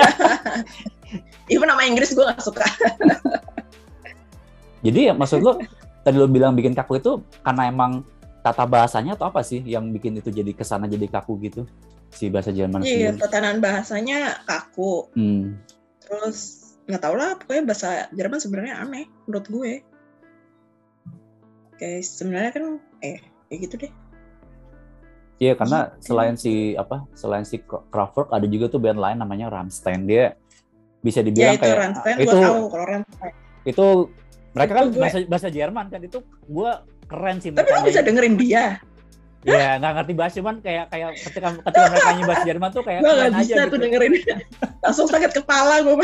Even nama Inggris gue nggak suka. Jadi ya maksud lo, tadi lo bilang bikin kaku itu karena emang tata bahasanya atau apa sih yang bikin itu jadi kesana jadi kaku gitu? Si bahasa Jerman sendiri. Iya, tatanan bahasanya kaku. Terus nggak tau lah, pokoknya bahasa Jerman sebenarnya aneh menurut gue. Kayak sebenarnya kan kayak gitu deh. Iya, karena selain si Kraftwerk ada juga tuh band lain namanya Rammstein. Dia bisa dibilang ya, itu kayak Rammstein, gue tahu kalau Rammstein. Itu mereka kan bahasa Jerman kan, itu gue keren sih. Tapi lo bisa dengerin dia. Iya, nggak ngerti bahasa, cuman kayak ketika mereka nyanyi bahasa Jerman tuh kayak gue nggak bisa aja tuh gitu. Dengerin dia. Langsung sakit kepala gue.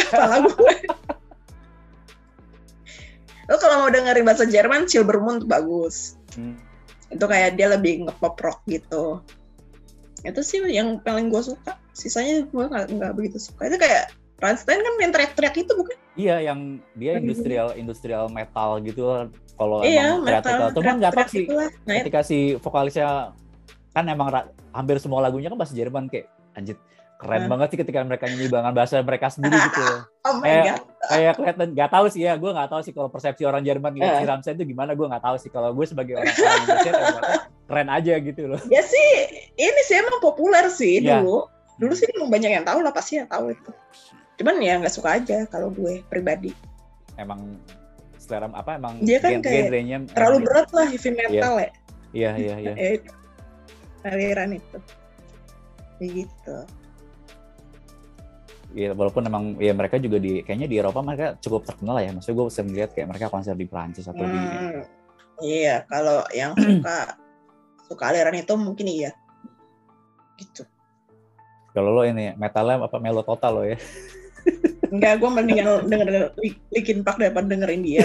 Lo kalau mau dengerin bahasa Jerman, Silbermond bagus. Itu kayak dia lebih nge-pop rock gitu. Itu sih yang paling gue suka. Sisanya gue nggak begitu suka. Itu kayak Rammstein kan yang teriak-teriak itu bukan? Iya, yang dia industrial metal gitu. Kalau emang teriak-teriak. Cuman nggak tahu sih. Ketika si vokalisnya kan emang hampir semua lagunya kan bahasa Jerman, kayak anjir keren banget sih ketika mereka nyanyi dengan bahasa mereka sendiri gitu. Oh my god. kayak kelihatan, nggak tahu sih ya, gue nggak tahu sih kalau persepsi orang Jerman lihat si Ramsey itu gimana, gue nggak tahu sih. Kalau gue sebagai orang Indonesia keren aja gitu loh. Ya sih, ini sih emang populer sih dulu sih emang banyak yang tahu lah, pasti yang tahu itu. Cuman ya nggak suka aja kalau gue pribadi. Emang selera apa, emang dia kan kayak terlalu berat lah, heavy metal Iya. aliran itu kayak gitu. Ya walaupun emang ya mereka juga kayaknya di Eropa mereka cukup terkenal ya. Maksudnya gue sering lihat kayak mereka konser di Prancis atau di. Iya, kalau yang suka aliran itu mungkin iya. Gitu. Kalau lo ini metalnya apa melo total lo ya? Enggak, gue mendingan denger Linkin Park daripada dengerin dia.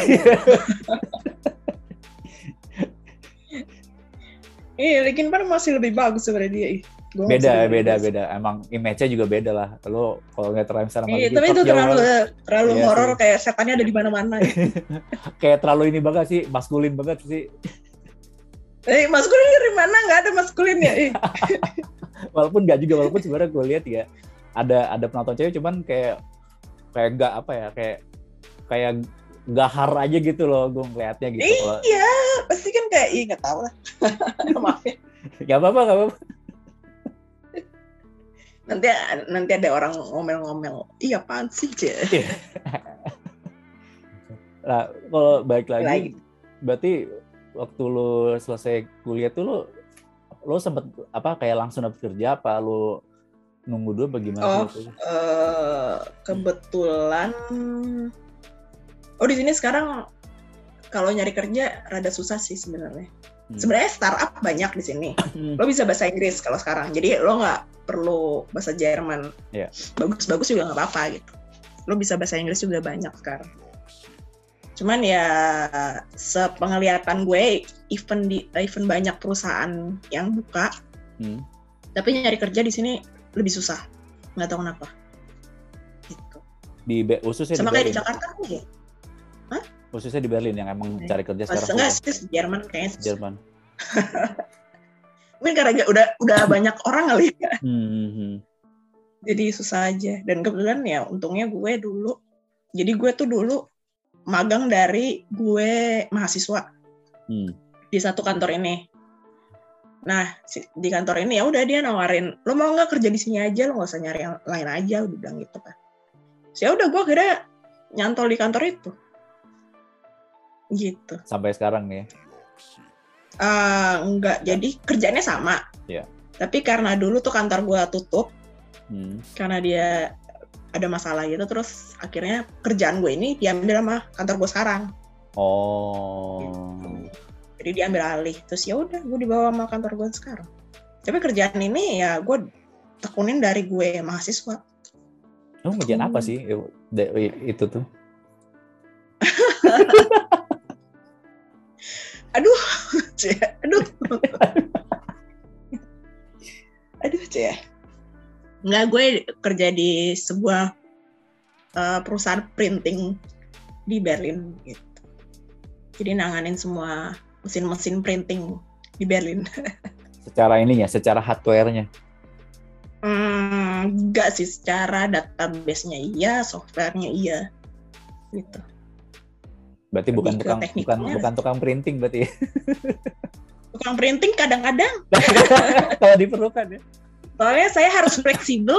Iya, Linkin Park masih lebih bagus sebenarnya dia. Beda. Emang image-nya juga beda lah. Lo kalau nggak terlalu sama Linkin Park. Tapi itu terlalu horor, kayak setannya ada di mana-mana. Kayak terlalu ini banget sih, maskulin banget sih. Maskulin dari mana? Nggak ada maskulin ya. Walaupun sebenarnya gue lihat ya ada penonton cewek, cuman kayak nggak apa ya, kayak gahar aja gitu loh gue ngeliatnya gitu. Iya, pasti kan kayak nggak tahu lah. Maaf ya. Nggak apa-apa. Nanti ada orang ngomel-ngomel. Iya, apaan sih, Ce? Nah, kalau balik lagi, berarti waktu lo selesai kuliah tuh lo sempet apa kayak langsung dapet kerja apa lo nunggu dulu bagaimana? Kebetulan di sini sekarang kalau nyari kerja rada susah sih sebenarnya. Sebenarnya startup banyak di sini. Lo bisa bahasa Inggris kalau sekarang. Jadi lo nggak perlu bahasa Jerman. Yeah. Bagus-bagus juga nggak apa-apa gitu. Lo bisa bahasa Inggris juga banyak sekarang. Cuman ya sepenglihatan gue, even banyak perusahaan yang buka, tapi nyari kerja di sini lebih susah. Nggak tahu kenapa. Gitu. Khususnya sama kayak di Jakarta ya? Hah? Khususnya di Berlin yang emang cari kerja sekarang. Enggak sih, Jerman kayaknya. Jerman. Mungkin karena udah banyak orang kali ya. Jadi susah aja. Dan kebetulan ya untungnya gue tuh dulu magang dari gue mahasiswa di satu kantor ini. Nah di kantor ini ya udah dia nawarin, lo mau nggak kerja di sini aja, lo nggak usah nyari yang lain aja, udah bilang gitu kan. Ya udah gue akhirnya nyantol di kantor itu. Gitu. Sampai sekarang nih. Enggak, jadi kerjanya sama. Yeah. Tapi karena dulu tuh kantor gue tutup, karena dia ada masalah gitu, terus akhirnya kerjaan gue ini diambil sama kantor gue sekarang. Gitu. Jadi diambil alih, terus ya udah gue dibawa sama kantor gue sekarang. Tapi kerjaan ini ya gue tekunin dari gue mahasiswa. Lo ngerjain apa sih itu tuh? Aduh, Ce. Enggak, gue kerja di sebuah perusahaan printing di Berlin gitu. Jadi nanganin semua mesin-mesin printing di Berlin. Secara hardware-nya? Enggak sih, secara database-nya iya, software-nya iya. Gitu. Berarti bukan tukang printing berarti. Tukang printing kadang-kadang. Kalau diperlukan ya. Soalnya saya harus fleksibel.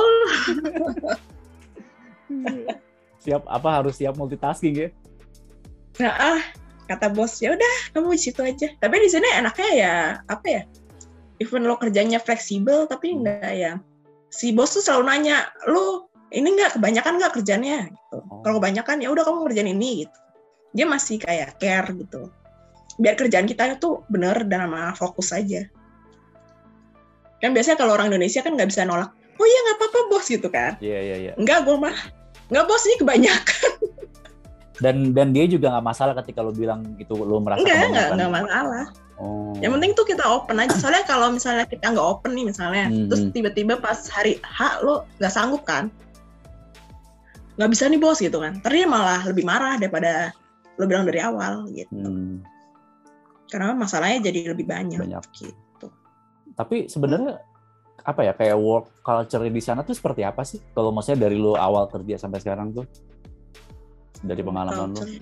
Harus siap multitasking ya. Nah, kata bos, ya udah kamu di situ aja. Tapi di sini enaknya ya apa ya? Even lo kerjanya fleksibel tapi enggak ya. Si bos tuh selalu nanya, "Lo ini enggak kebanyakan enggak kerjanya?" gitu. Kalau kebanyakan ya udah kamu ngerjain ini gitu. Dia masih kayak care gitu. Biar kerjaan kita tuh bener dan sama fokus aja. Kan biasanya kalau orang Indonesia kan nggak bisa nolak. Oh iya nggak apa-apa bos gitu kan. Iya. Enggak, gue mah. Nggak bos, ini kebanyakan. Dan dia juga nggak masalah ketika lo bilang itu lo merasa kebanyakan. Enggak masalah. Yang penting tuh kita open aja. Soalnya kalau misalnya kita nggak open nih misalnya, terus tiba-tiba pas hari H lo nggak sanggup kan. Nggak bisa nih bos gitu kan. Terus dia malah lebih marah daripada lo bilang dari awal gitu. Karena masalahnya jadi lebih banyak. Gitu. Tapi sebenarnya apa ya, kayak work culture di sana tuh seperti apa sih? Kalau maksudnya dari lo awal kerja sampai sekarang tuh? dari pengalaman lu?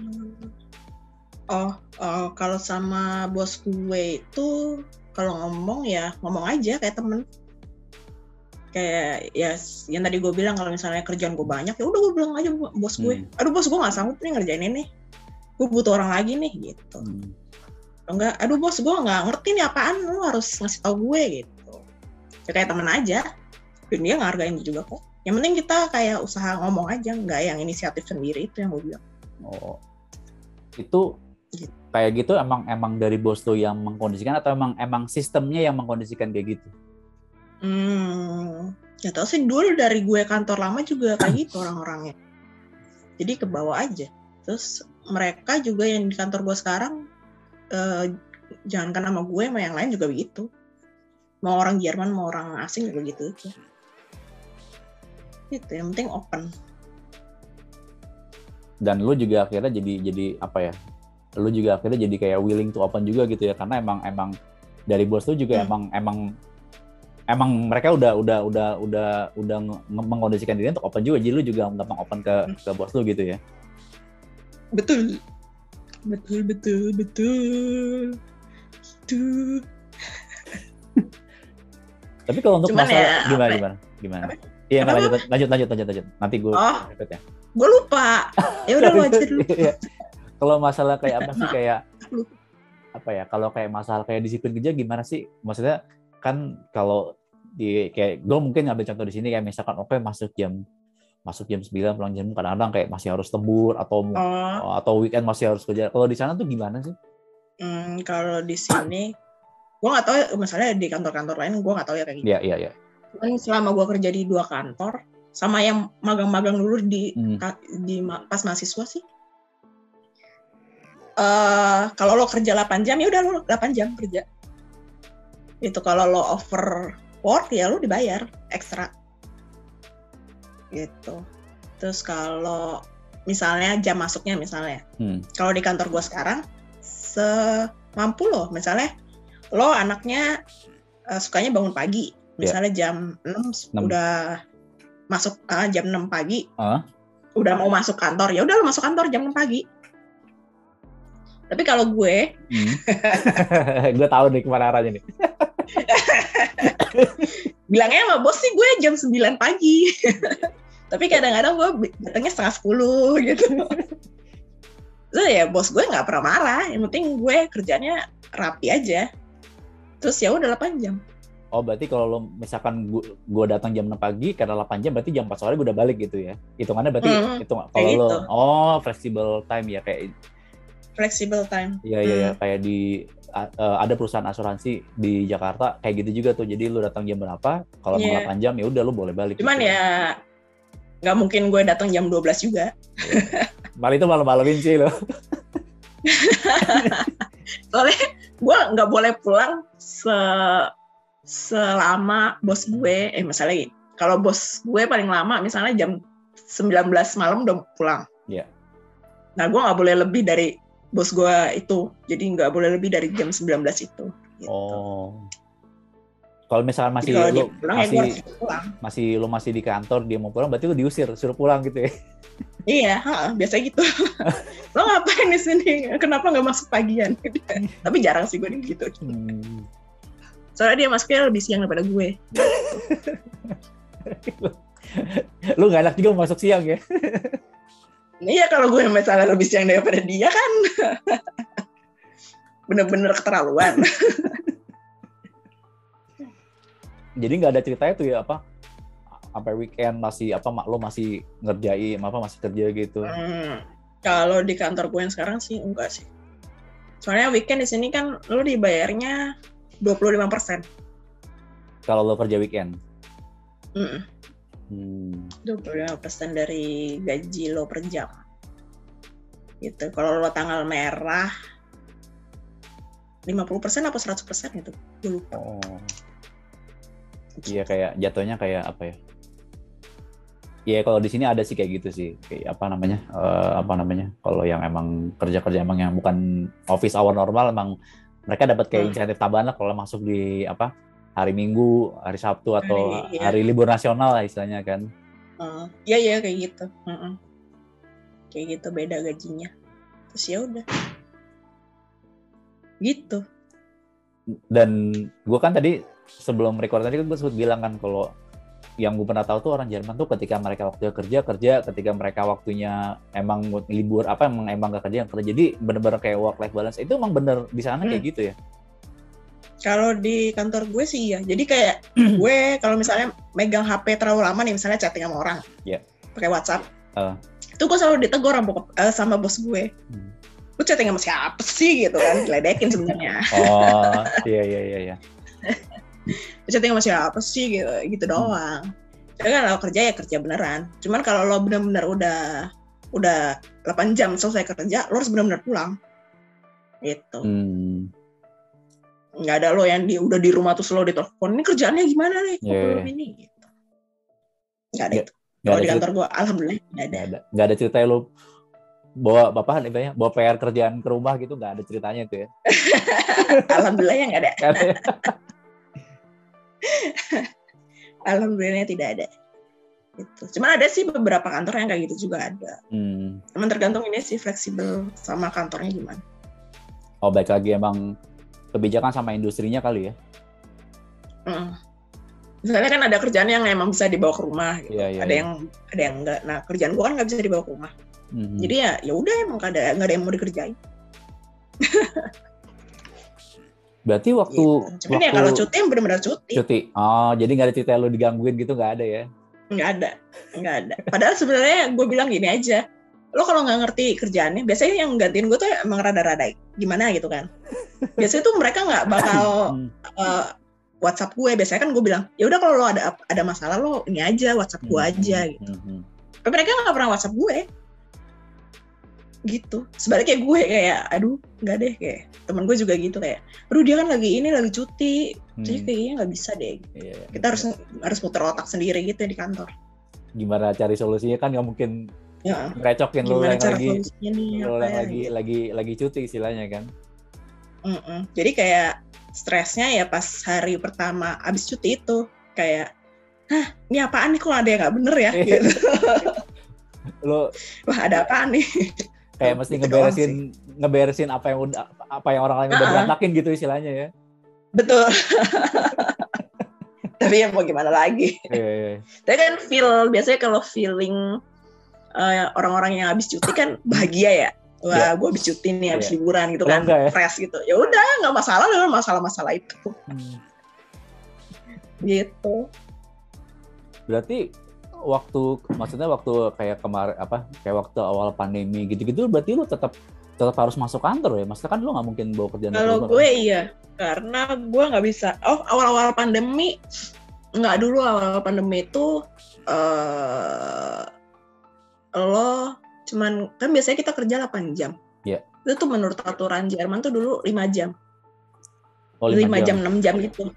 Kalau sama bos gue itu kalau ngomong ya ngomong aja kayak temen. Kayak ya yang tadi gue bilang kalau misalnya kerjaan gue banyak ya udah gue bilang aja bos gue, aduh bos gue nggak sanggup nih ngerjain ini, gue butuh orang lagi nih gitu. Enggak, aduh bos gue nggak ngerti nih apaan, lu harus ngasih tau gue gitu. Ya kayak temen aja, dan dia ngehargain juga kok. Yang penting kita kayak usaha ngomong aja, nggak yang inisiatif sendiri, itu yang gue bilang. Oh, itu gitu. Kayak gitu emang dari bos lo yang mengkondisikan atau emang sistemnya yang mengkondisikan kayak gitu? Ya tau sih dulu dari gue kantor lama juga kayak gitu orang-orangnya. Jadi ke bawah aja. Terus mereka juga yang di kantor gue sekarang, jangankan sama gue, sama yang lain juga begitu. Mau orang Jerman, mau orang asing juga gitu aja. Gitu, yang penting open. Dan lu juga akhirnya jadi apa ya? Lu juga akhirnya jadi kayak willing to open juga gitu ya, karena emang dari bos lu juga emang mereka udah mengkondisikan diri untuk open juga, jadi lu juga gampang open ke bos lu gitu ya. Betul. Tapi kalau untuk masalah ya, gimana? Iya, lanjut. Nanti gue ikut ya. Gue lupa. Ya udah lu aja dulu. Kalau masalah kayak apa sih, kayak apa ya? Kalau kayak masalah kayak disiplin kerja gimana sih? Maksudnya kan kalau di kayak gue mungkin ngambil contoh di sini kayak misalkan masuk jam 9 pulang jam, kadang-kadang kayak masih harus lembur atau weekend masih harus kerja. Kalau di sana tuh gimana sih? Kalau di sini gue nggak tahu, misalnya di kantor-kantor lain gue nggak tahu ya kayak gitu. Iya. Cuman selama gue kerja di 2 kantor, sama yang magang-magang dulu di pas mahasiswa sih. Kalau lo kerja 8 jam ya udah lo 8 jam kerja. Itu kalau lo over work ya lo dibayar ekstra. Gitu. Terus kalau misalnya jam masuknya kalau di kantor gue sekarang semampu lo, misalnya lo anaknya sukanya bangun pagi, misalnya jam 6 udah masuk, jam 6 pagi udah mau masuk kantor, ya udah lo masuk kantor jam 6 pagi. Tapi kalau gue gue tahu nih kemana arahnya nih. Bilangnya sama bos sih gue jam 9 pagi. Tapi kadang-kadang gue datangnya 9:30 gitu. So ya bos gue nggak pernah marah, yang penting gue kerjanya rapi aja. Terus ya udah 8 jam. Oh, berarti kalau lo misalkan gue datang jam 6 pagi karena 8 jam, berarti jam 4 sore gue udah balik gitu ya. Hitungannya berarti kalau lo gitu. Flexible time ya, kayak flexible time. Iya, kayak di ada perusahaan asuransi di Jakarta kayak gitu juga tuh. Jadi lu datang jam berapa, kalau mau 8 jam ya udah lu boleh balik. Cuman gitu. Ya nggak mungkin gue datang jam 12 juga. Malah itu malam-malamin sih lo. Soalnya gue nggak boleh pulang selama bos gue, misalnya kalau bos gue paling lama misalnya jam 19 malam udah pulang. Iya. Nah gue nggak boleh lebih dari bos gue itu, jadi nggak boleh lebih dari jam 19 itu. Gitu. Oh. Kalau misalnya masih di kantor, dia mau pulang, berarti lu diusir, suruh pulang gitu ya? Iya, biasa gitu. Lo ngapain di sini? Kenapa nggak masuk pagian? Tapi jarang sih gue gitu. Soalnya dia masuknya lebih siang daripada gue. Lu nggak enak juga masuk siang ya? Iya, kalau gue misalnya lebih siang daripada dia kan bener-bener keterlaluan. Jadi nggak ada ceritanya tuh ya sampai weekend lo masih ngerjain masih kerja gitu? Kalau di kantor gue yang sekarang sih enggak sih. Soalnya weekend di sini kan lo dibayarnya 25%. Kalau lo kerja weekend? 25% dari gaji lo per jam. Gitu. Kalau lo tanggal merah 50% apa 100% itu? Gue lupa. Oh. Iya, kayak jatuhnya kayak apa ya? Iya, kalau di sini ada sih kayak gitu sih. Kayak apa namanya? Kalau yang emang kerja emang yang bukan office hour normal, emang mereka dapat kayak insentif tambahan lah kalau masuk di hari Minggu, hari Sabtu atau hari libur nasional lah istilahnya kan. Iya kayak gitu. kayak gitu, beda gajinya. Terus ya udah gitu. Dan gue kan tadi sebelum record tadi kan gue sempat bilang kan kalau yang gue pernah tahu tuh orang Jerman tuh ketika mereka waktunya kerja, ketika mereka waktunya emang libur emang gak kerja. Jadi bener-bener kayak work life balance itu emang bener di sana kayak gitu ya. Kalau di kantor gue sih ya. Jadi kayak gue kalau misalnya megang HP terlalu lama nih, misalnya chatting sama orang, pakai WhatsApp, itu gue selalu ditegur sama bos gue. Lu chatting sama siapa sih gitu kan, diledekin sebenarnya. Oh, iya. Chatting sama siapa sih gitu doang. Jadi kan kalau kerja ya kerja beneran. Cuman kalau lo benar-benar udah 8 jam selesai kerja, lo harus benar-benar pulang. Gitu. Nggak ada lo yang udah di rumah terus lo ditelepon, ini kerjaannya gimana nih? Ini gitu. Nggak ada itu. Kalau di kantor gue, alhamdulillah nggak ada cerita lo bawa bawa PR kerjaan ke rumah gitu, nggak ada ceritanya itu ya? Alhamdulillah ya nggak ada. Alhamdulillah tidak ada. Gitu. Cuman ada sih beberapa kantor yang kayak gitu juga ada. Cuman tergantung ini sih fleksibel sama kantornya gimana. Oh, baik lagi emang kebijakan sama industrinya kali ya? Misalnya kan ada kerjaan yang emang bisa dibawa ke rumah gitu. Ada yang enggak. Nah, kerjaan gua kan nggak bisa dibawa ke rumah. Jadi ya udah emang nggak ada yang mau dikerjain. Berarti waktu Cuman ya kalau cuti yang benar-benar cuti. Oh, jadi nggak ada cerita lu digangguin gitu, nggak ada ya? Nggak ada. Padahal sebenarnya gue bilang gini aja, lo kalau nggak ngerti kerjaannya, biasanya yang gantiin gue tuh emang rada-rada gimana gitu kan. Biasanya tuh mereka nggak bakal WhatsApp gue. Biasanya kan gue bilang, ya udah kalau lo ada masalah lo ini aja WhatsApp gue aja gitu. Tapi mereka nggak pernah WhatsApp gue. Gitu. Sebaliknya gue kayak aduh nggak deh, kayak temen gue juga gitu kayak aduh dia kan lagi cuti, jadi kayaknya nggak bisa deh. Kita harus muter otak sendiri gitu di kantor. Gimana cari solusinya kan nggak mungkin ngerecokin lo yang lagi cuti istilahnya kan. Jadi kayak stresnya ya pas hari pertama abis cuti itu kayak ini apaan nih, kok ada yang nggak bener ya gitu. Wah ada apaan nih. Kayak mesti ngeberesin apa yang orang lain udah berantakin gitu istilahnya ya. Betul. Tapi ya mau gimana lagi. Tapi kan biasanya kalau feeling orang-orang yang habis cuti kan bahagia ya. Wah, gue habis cuti nih, habis liburan gitu kan, fresh gitu. Ya udah, nggak masalah dengan masalah-masalah itu. Gitu. Berarti waktu kayak kemarin kayak waktu awal pandemi gitu-gitu, berarti lu tetap harus masuk kantor ya? Maksudnya kan lu nggak mungkin bawa kerjaan ke rumah. Kalau gue iya, karena gue nggak bisa. Awal-awal pandemi nggak, dulu awal pandemi itu lo cuman kan biasanya kita kerja 8 jam. Iya. Itu tuh menurut aturan Jerman tuh dulu 5 jam. Oh, 5 jam 6 jam gitu.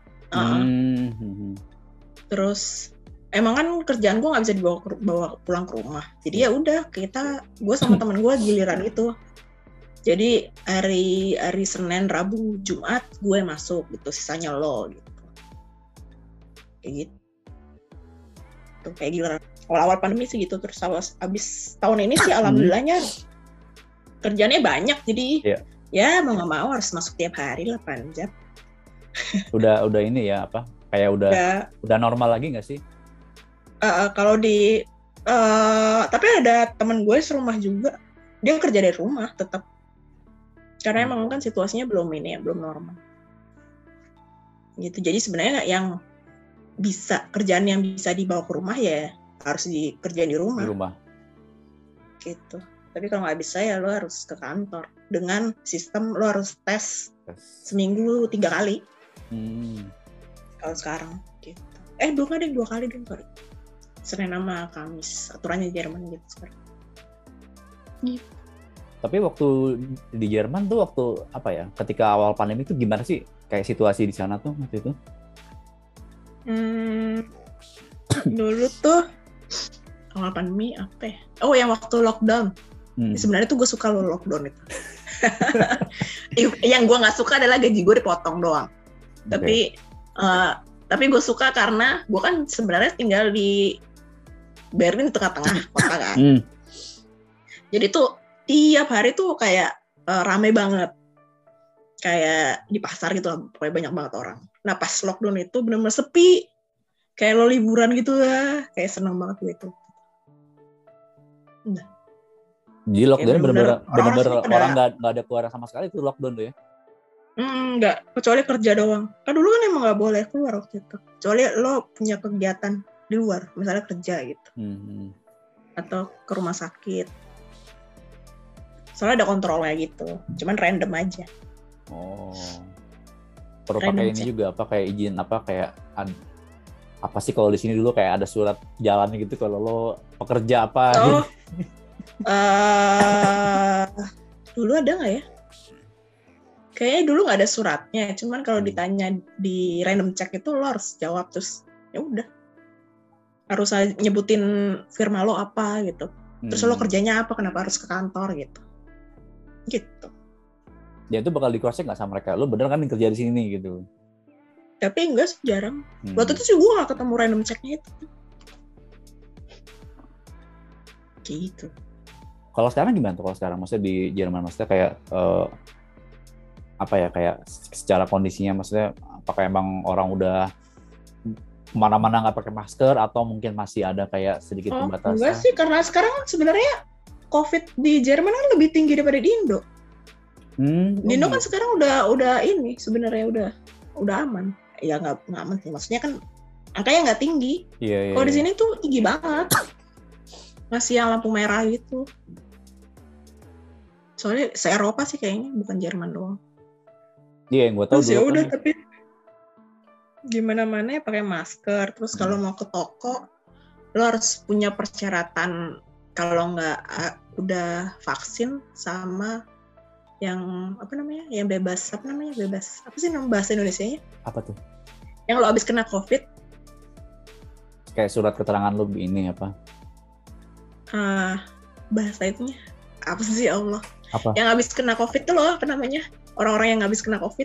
Terus emang kan kerjaan gue nggak bisa bawa pulang ke rumah, jadi ya udah gue sama temen gue giliran itu. Jadi hari Senin, Rabu, Jumat gue masuk gitu, sisanya lo gitu. Kayak gitu. Tuh kayak giliran. Awal-awal pandemi sih gitu, terus abis tahun ini sih alhamdulillahnya kerjaannya banyak, jadi ya mau nggak mau harus masuk tiap hari 8 jam. Udah ini ya kayak udah normal lagi nggak sih? Kalau tapi ada teman gue serumah juga, dia kerja dari rumah tetap, karena emang kan situasinya belum normal gitu. Jadi sebenarnya yang kerjaan yang bisa dibawa ke rumah ya harus dikerjain di rumah gitu. Tapi kalau nggak bisa ya lo harus ke kantor dengan sistem lo harus tes seminggu 3 kali. Kalau sekarang gitu. Belum ada yang 2 kali dong, sorry. Senin sama Kamis, aturannya Jerman gitu sekarang. Tapi waktu di Jerman tuh ketika awal pandemi itu gimana sih kayak situasi di sana tuh waktu itu? Dulu tuh awal pandemi apa ya? Oh, yang waktu lockdown. Sebenarnya tuh gue suka lockdown itu. Yang gue nggak suka adalah gaji gue dipotong doang. Okay. Tapi gue suka karena gue kan sebenarnya tinggal di Berlin, di tengah-tengah kota kan. Jadi tuh tiap hari tuh kayak rame banget. Kayak di pasar gitu lah, pokoknya banyak banget orang. Nah pas lockdown itu benar-benar sepi. Kayak lo liburan gitu lah. Kayak seneng banget gitu. Nah. Jadi lockdown benar-benar orang nggak ada keluar sama sekali tuh lockdown tuh ya? Enggak, kecuali kerja doang. Kan dulu kan emang nggak boleh keluar waktu itu. Kecuali lo punya kegiatan di luar, misalnya kerja gitu. Atau ke rumah sakit. Soalnya ada kontrolnya gitu. Cuman random aja. Oh. Perlu pakai ini juga apa kayak izin apa kayak apa sih kalau di sini dulu kayak ada surat jalan gitu kalau lo pekerja apa gitu. Dulu ada nggak ya? Kayaknya dulu nggak ada suratnya, cuman kalau ditanya di random check itu lo harus jawab terus ya udah harus nyebutin firma lo apa gitu, terus lo kerjanya apa, kenapa harus ke kantor gitu. Ya itu bakal di cross check nggak sama mereka, lo bener kan kerja di sini gitu? Tapi enggak sih, jarang. Waktu itu sih gue nggak ketemu random checknya itu. Gitu. Kalau sekarang gimana tuh? Kalau sekarang maksudnya di Jerman maksudnya kayak apa ya kayak secara kondisinya maksudnya apakah emang orang udah kemana-mana nggak pakai masker atau mungkin masih ada kayak sedikit pembatasan? Enggak sih, karena sekarang sebenarnya COVID di Jerman kan lebih tinggi daripada di Indo. Di Indo kan sekarang udah ini sebenarnya udah aman. Ya nggak aman sih, maksudnya kan angkanya nggak tinggi. Kalau di sini tuh tinggi banget, masih yang lampu merah gitu. Soalnya se-Eropa sih kayaknya, bukan Jerman doang. Iya, yang gue tahu dulu. Ya udah, tapi gimana-mana ya pakai masker. Terus kalau mau ke toko, lo harus punya persyaratan kalau nggak udah vaksin sama yang apa namanya, yang bebas apa sih nama bahasa Indonesianya? Apa tuh? Yang lo abis kena COVID. Kayak surat keterangan lo ini apa? Bahasa itunya apa sih Allah? Apa? Yang abis kena COVID tuh lo apa namanya? Orang-orang yang habis kena COVID,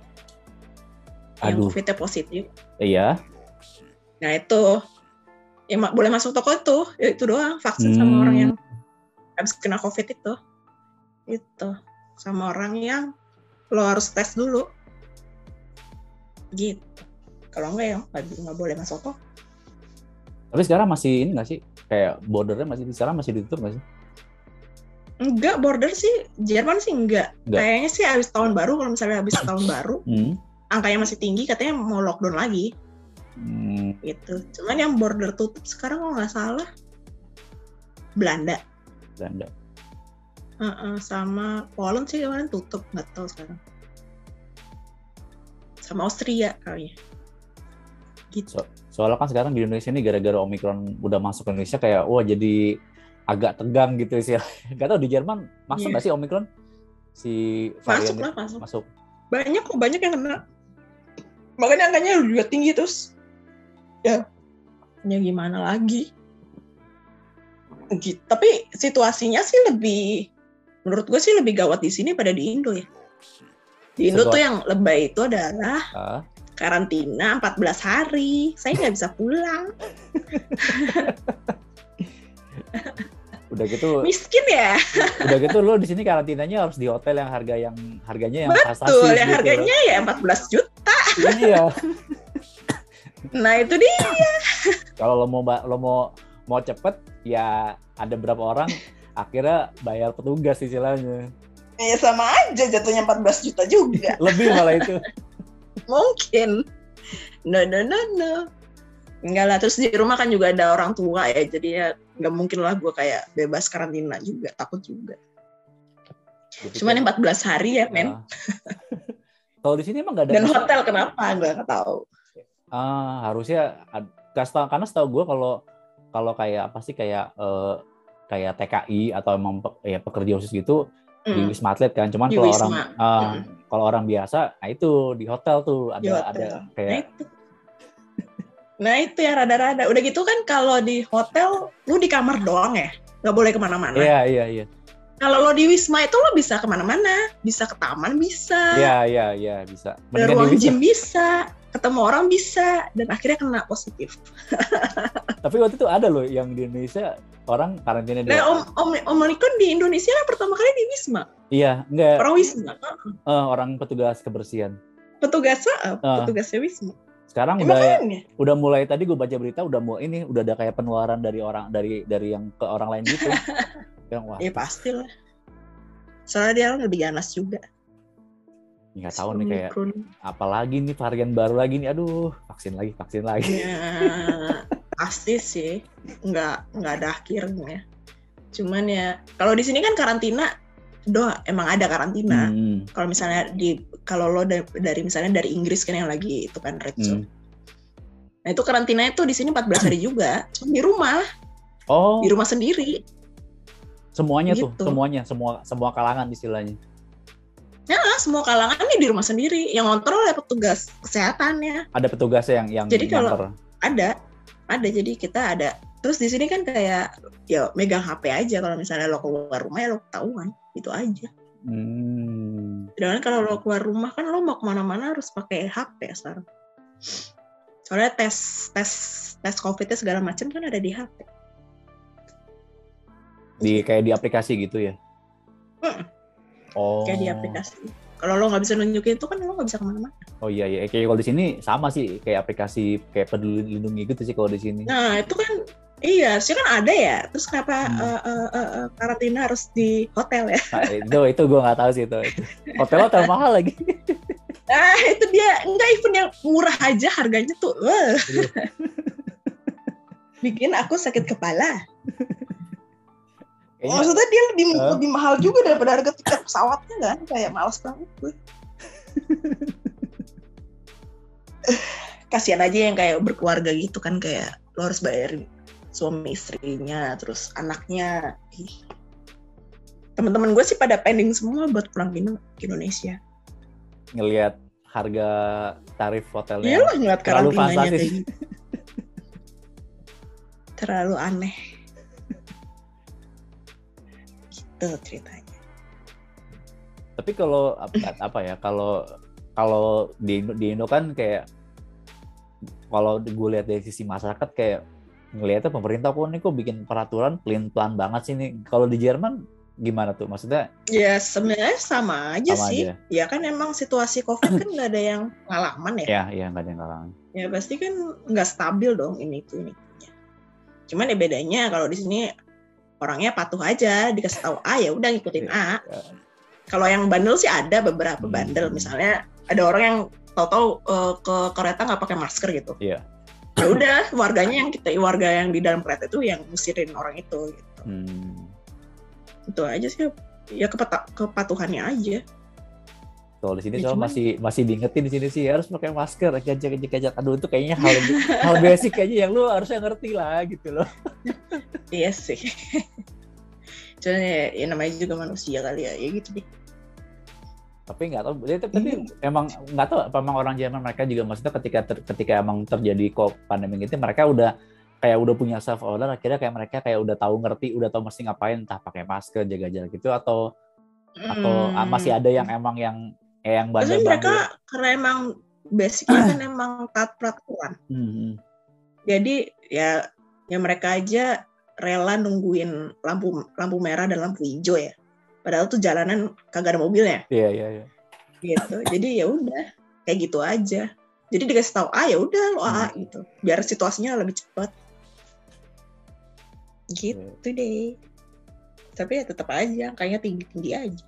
yang COVID-nya positif. Iya. Nah itu, ya boleh masuk toko tuh, ya itu doang, vaksin sama orang yang habis kena COVID itu. Itu, sama orang yang lo harus tes dulu. Gitu. Kalau enggak ya, nggak boleh masuk toko. Tapi sekarang masih ini nggak sih? Kayak bordernya sekarang masih ditutup nggak sih? Enggak, border sih, Jerman sih enggak. Kayaknya sih habis tahun baru, kalau misalnya habis tahun baru, angkanya masih tinggi, katanya mau lockdown lagi. Gitu. Cuman yang border tutup sekarang kalau nggak salah, Belanda. Sama Poland sih kemarin tutup, nggak tahu sekarang. Sama Austria kali ya. Gitu. Soalnya kan sekarang di Indonesia ini gara-gara Omicron udah masuk ke Indonesia kayak, wah jadi agak tegang gitu sih. Gak tau di Jerman masuk nggak sih Omicron? Si varian masuk. Banyak yang kena. Makanya angkanya juga tinggi terus. Ya gimana lagi? Gitu. Tapi situasinya sih menurut gue sih lebih gawat di sini pada di Indo ya. Di Indo tuh yang lebay itu adalah karantina 14 hari. Saya nggak bisa pulang. Udah gitu miskin ya. Udah gitu lo di sini karantinanya harus di hotel yang harganya yang betul, yang gitu. Harganya ya 14 juta. Iya. Nah, itu dia. Kalau lo mau cepet ya ada berapa orang akhirnya bayar petugas istilahnya. Ya sama aja jatuhnya 14 juta juga. Lebih malah itu. Mungkin. No. Enggak lah, terus di rumah kan juga ada orang tua ya, jadi ya nggak mungkin lah gue kayak bebas karantina juga, takut juga. Cuman 14 hari ya, men. Kalau di sini emang nggak ada. Dan hotel kenapa? Nggak tahu. Harusnya karena setahu gue kalau kayak apa sih kayak TKI atau emang ya pekerja khusus gitu di Wisma Atlet kan. Cuman kalau orang biasa, nah itu di hotel tuh ada kayak. Nah itu yang rada-rada. Udah gitu kan kalau di hotel, lu di kamar doang ya? Nggak boleh kemana-mana. Iya. Kalau lo di Wisma itu lo bisa kemana-mana. Bisa ke taman, bisa. Iya, bisa. Ke ruang gym bisa. ketemu orang bisa, dan akhirnya kena positif. Tapi waktu itu ada loh yang di Indonesia orang karantina di. Nah, Omikron di Indonesia pertama kali di Wisma. Iya, enggak. Orang Wisma. Orang petugas kebersihan. Petugasnya Wisma. Sekarang udah mulai, tadi gue baca berita udah ada kayak penularan dari orang dari yang ke orang lain gitu. Yang wah. Ya pastilah. Soalnya dia lebih ganas juga. Nggak tahu nih kayak apalagi nih varian baru lagi nih, aduh vaksin lagi. Ya, pasti sih nggak ada akhirnya. Cuman ya kalau di sini kan karantina, emang ada karantina. Kalau misalnya kalau lo misalnya dari Inggris kan yang lagi itu kan red zone. Nah itu karantinanya tuh di sini 14 hari juga, cuma di rumah. Oh. Di rumah sendiri. Semuanya gitu. Semua kalangan istilahnya. Ya, semua kalangan nih di rumah sendiri, yang ngontrol ya petugas kesehatannya. Ada petugasnya yang jadi kalau ada, jadi kita ada. Terus di sini kan kayak ya megang HP aja, kalau misalnya lo keluar rumah ya lo ketahuan, itu aja. Sedangkan kalau lo keluar rumah kan lo mau kemana-mana harus pakai HP sekarang. Soalnya tes COVID-nya segala macam kan ada di HP. Kayak di aplikasi gitu ya? Oh. Kayak di aplikasi. Kalau lo nggak bisa nunjukin itu kan lo nggak bisa kemana-mana. Oh iya. Kayak kalau di sini sama sih, kayak aplikasi kayak Peduli Lindungi gitu sih kalau di sini. Nah itu kan iya sih kan ada ya. Terus kenapa karantina harus di hotel ya? Nah, itu gue nggak tahu sih itu. Hotel mahal lagi. Nah itu dia, enggak, even yang murah aja harganya tuh bikin aku sakit kepala. Maksudnya dia lebih mahal juga daripada harga tiket pesawatnya kan, kayak malas banget gue. Kasian aja yang kayak berkeluarga gitu kan, kayak lo harus bayarin suami istrinya, terus anaknya. Teman-teman gue sih pada pending semua buat pulang ke Indonesia. Ngelihat harga tarif hotelnya. Iya lah, ngeliat karantinanya kayak gitu. Terlalu aneh. Gitu ceritanya. Tapi kalau kalau di Indo kan kayak, kalau gue lihat dari sisi masyarakat kayak ngelihatnya pemerintah kok bikin peraturan pelin-pelan banget sih nih. Kalau di Jerman gimana tuh? Maksudnya? Ya sebenarnya sama aja. Ya kan emang situasi COVID kan nggak ada yang pengalaman ya. Iya nggak ada yang pengalaman. Ya pasti kan nggak stabil dong ini. Cuman ya bedanya kalau di sini orangnya patuh aja, dikasih tahu A ya udah ngikutin A. Kalau yang bandel sih ada beberapa bandel, misalnya ada orang yang tahu-tahu ke kereta nggak pakai masker gitu. Iya. Ya udah warga yang di dalam kereta itu yang ngusirin orang itu gitu. Itu aja sih, ya kepatuhannya aja. Kalau di sini masih diingetin di sini sih harus pakai masker, kejak. Aduh itu kayaknya hal basic aja yang lu harusnya ngerti lah gitu loh. Iya sih. Soalnya ya namanya juga manusia kali ya gitu deh. Tapi nggak tahu, tapi emang nggak tahu apa emang orang Jerman mereka juga maksudnya ketika emang terjadi pandemi itu mereka udah punya self order, akhirnya kayak mereka kayak udah tahu mesti ngapain, entah pakai masker, jaga jarak gitu atau masih ada yang emang yang bandel-bandel. Mereka karena emang basicnya kan emang taat peraturan. Jadi ya mereka aja rela nungguin lampu merah dan lampu hijau ya. Padahal tuh jalanan kagak ada mobilnya. Iya. Gitu. Jadi ya udah kayak gitu aja. Jadi dikasih tahu ya udah lo A gitu. Biar situasinya lebih cepat. Gitu deh. Tapi ya tetap aja kayaknya tinggi-tinggi aja.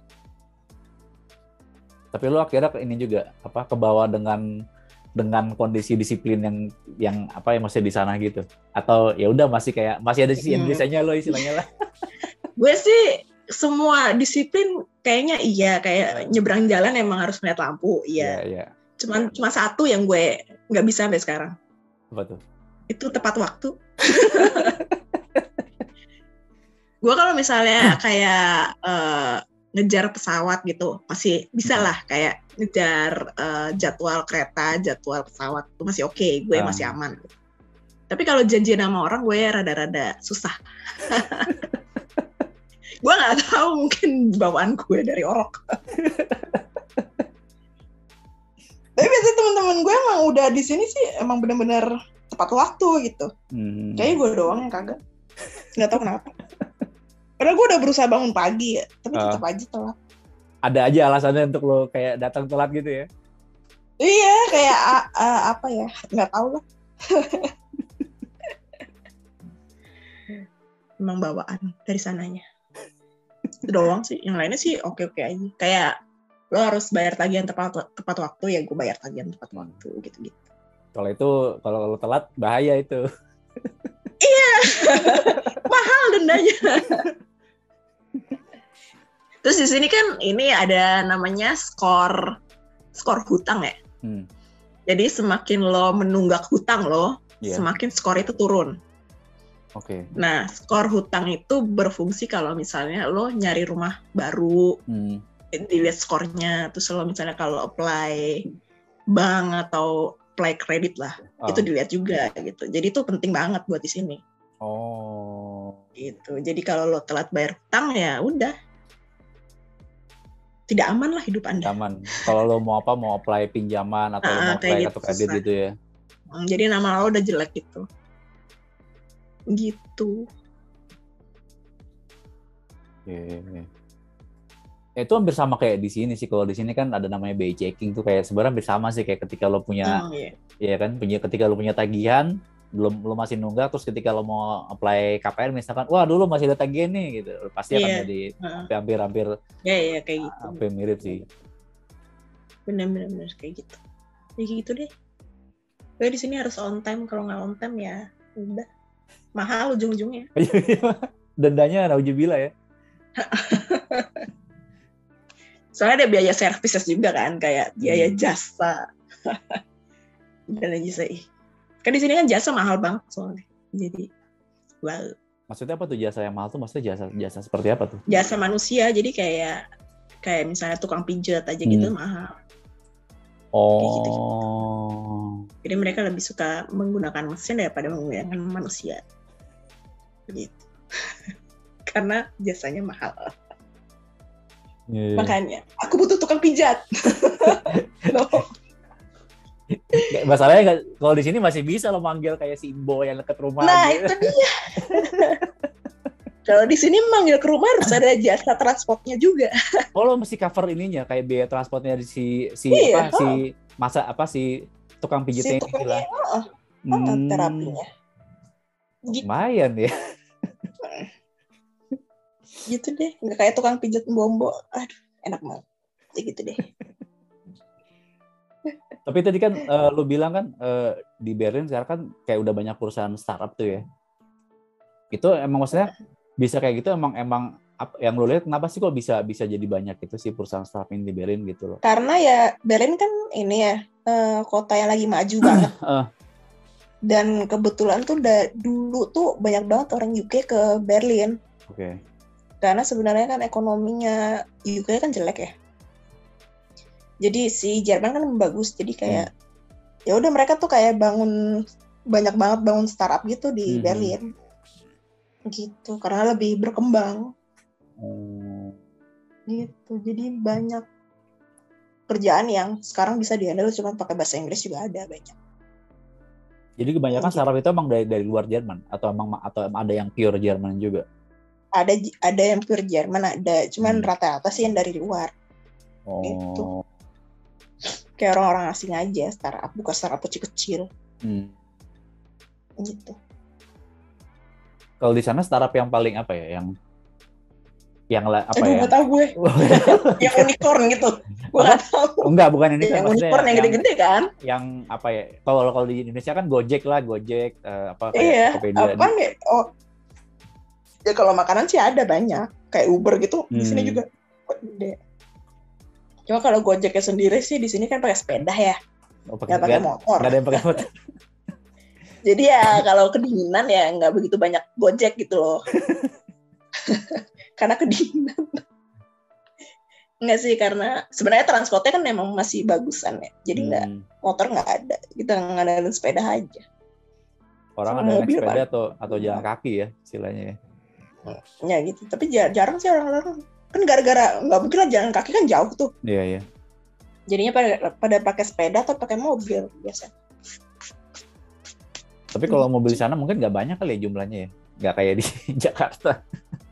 Tapi lo akhirnya ini juga ke bawah dengan kondisi disiplin yang masih di sana gitu, atau ya udah masih ada sisi Indonesianya lo istilahnya lah. Gue sih semua disiplin kayaknya iya, kayak nyebrang jalan emang harus melihat lampu iya. Cuma satu yang gue nggak bisa sampai sekarang. Apa tuh? Itu tepat waktu. Gue kalau misalnya kayak ngejar pesawat gitu masih bisa lah, kayak ngejar jadwal kereta, jadwal pesawat itu masih oke, gue masih aman. Tapi kalau janjian sama orang gue rada-rada susah. Gue nggak tahu, mungkin bawaan gue dari orok. Tapi biasanya teman-teman gue emang udah di sini sih emang bener-bener tepat waktu gitu. Kayaknya gue doang yang kagak. Nggak tahu kenapa. Padahal gue udah berusaha bangun pagi ya, tapi tetap aja telat. Ada aja alasannya untuk lo kayak datang telat gitu ya? Iya, kayak apa ya? Nggak tahu lah. Emang bawaan dari sananya. Itu doang sih. Yang lainnya sih oke-oke aja. Kayak lo harus bayar tagihan tepat waktu, ya gue bayar tagihan tepat waktu gitu-gitu. Kalau lo telat bahaya itu. Iya. Mahal dendanya. Terus di sini kan ini ada namanya skor hutang ya. Jadi semakin lo menunggak hutang lo, semakin skor itu turun. Oke. Nah, skor hutang itu berfungsi kalau misalnya lo nyari rumah baru, dilihat skornya. Terus lo misalnya kalau apply bank atau apply kredit lah, itu dilihat juga gitu. Jadi itu penting banget buat di sini. Gitu. Jadi kalau lo telat bayar hutang ya udah, tidak aman lah hidup Anda. Aman. Kalau lo mau apply pinjaman atau lo mau apply kartu kredit gitu ya. Jadi nama lo udah jelek gitu. Gitu. Itu hampir sama kayak di sini sih. Kalau di sini kan ada namanya BI checking tuh, kayak sebenarnya hampir sama sih kayak ketika lo punya ketika lo punya tagihan belum lo masih nunggak, terus ketika lo mau apply KPR misalkan, wah dulu masih ada tagihan nih gitu, pasti akan jadi hampir kayak gitu. Hampir mirip sih. Bener kayak gitu. Ya gitu deh. Gue di sini harus on time, kalau nggak on time ya udah mahal ujung-ujungnya. Dendanya nauzubillah ya. Soalnya ada biaya services juga kan, kayak biaya jasa. Dan jasa kan di sini kan jasa mahal banget soalnya. Jadi, wow. Maksudnya apa tuh jasa yang mahal tuh? Maksudnya jasa seperti apa tuh? Jasa manusia, jadi kayak misalnya tukang pijat aja gitu mahal. Gitu. Jadi mereka lebih suka menggunakan mesin daripada menggunakan manusia. Begitu. Karena jasanya mahal. Makanya aku butuh tukang pijat. No. Masalahnya kalau di sini masih bisa lo manggil kayak si Imbo yang dekat rumah. Nah gitu. Itu dia. Kalau di sini manggil ke rumah harus ada jasa transportnya juga. Oh, lo mesti cover ininya kayak biaya transportnya di si tukang pijitnya ini lah. Terapinya. Gitu. Lumayan ya. Gitu deh, nggak kayak tukang pijat bombo. Aduh, enak banget. Gitu deh. Tapi tadi kan lu bilang kan di Berlin sekarang kan kayak udah banyak perusahaan startup tuh ya. Itu emang maksudnya bisa kayak gitu, emang yang lu lihat kenapa sih kok bisa jadi banyak itu sih perusahaan startup ini di Berlin gitu loh. Karena ya Berlin kan ini ya kota yang lagi maju banget. Dan kebetulan tuh dulu tuh banyak banget orang UK ke Berlin. Oke. Karena sebenarnya kan ekonominya UK kan jelek ya. Jadi si Jerman kan bagus, jadi kayak ya udah mereka tuh kayak banyak banget bangun startup gitu di Berlin. Gitu, karena lebih berkembang. Gitu. Jadi banyak kerjaan yang sekarang bisa dihandle cuma pakai bahasa Inggris juga ada banyak. Jadi kebanyakan startup itu emang dari luar Jerman atau ada yang pure Jerman juga? Ada yang pure Jerman, ada, cuman rata-rata sih yang dari luar. Gitu. Kayak orang-orang asing aja startup, bukan startup kecil-kecil. Gitu. Kalau di sana startup yang paling apa ya, yang apa ya? Nggak tahu gue. Yang unicorn gitu. Gue nggak tahu. Enggak, bukan ini. Yang unicorn yang gede-gede kan? Yang apa ya? Kalau di Indonesia kan Gojek Tokopedia. Apaan ya? Oh. Ya kalau makanan sih ada banyak, kayak Uber gitu. Di sini juga gede. Cuma kalau Gojeknya sendiri sih di sini kan pakai sepeda ya. Nggak pakai motor. Nggak ada yang pakai motor. Jadi ya kalau kedinginan ya nggak begitu banyak Gojek gitu loh. Karena kedinginan. Nggak sih, karena sebenarnya transportnya kan memang masih bagusan ya. Jadi motor nggak ada. Kita ngandalin sepeda aja. Orang ada naik sepeda atau jalan kaki ya istilahnya ya. Ya gitu. Tapi jarang sih orang-orang. Kan gara-gara nggak mungkin lah jalan kaki kan jauh tuh. Iya. Jadinya pada pakai sepeda atau pakai mobil biasa. Tapi kalau mobil di sana mungkin nggak banyak kali ya jumlahnya ya, nggak kayak di Jakarta.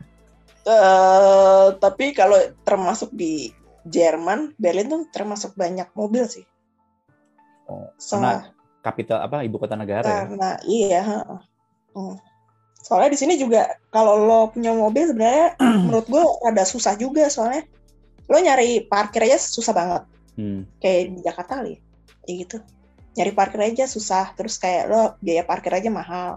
Tapi kalau termasuk di Jerman, Berlin tuh termasuk banyak mobil sih. Karena kapital ibu kota negara ya. Karena iya. Soalnya di sini juga kalau lo punya mobil sebenarnya menurut gue rada susah juga, soalnya lo nyari parkir aja susah banget. Kayak di Jakarta kali, kayak gitu. Nyari parkir aja susah, terus kayak lo biaya parkir aja mahal.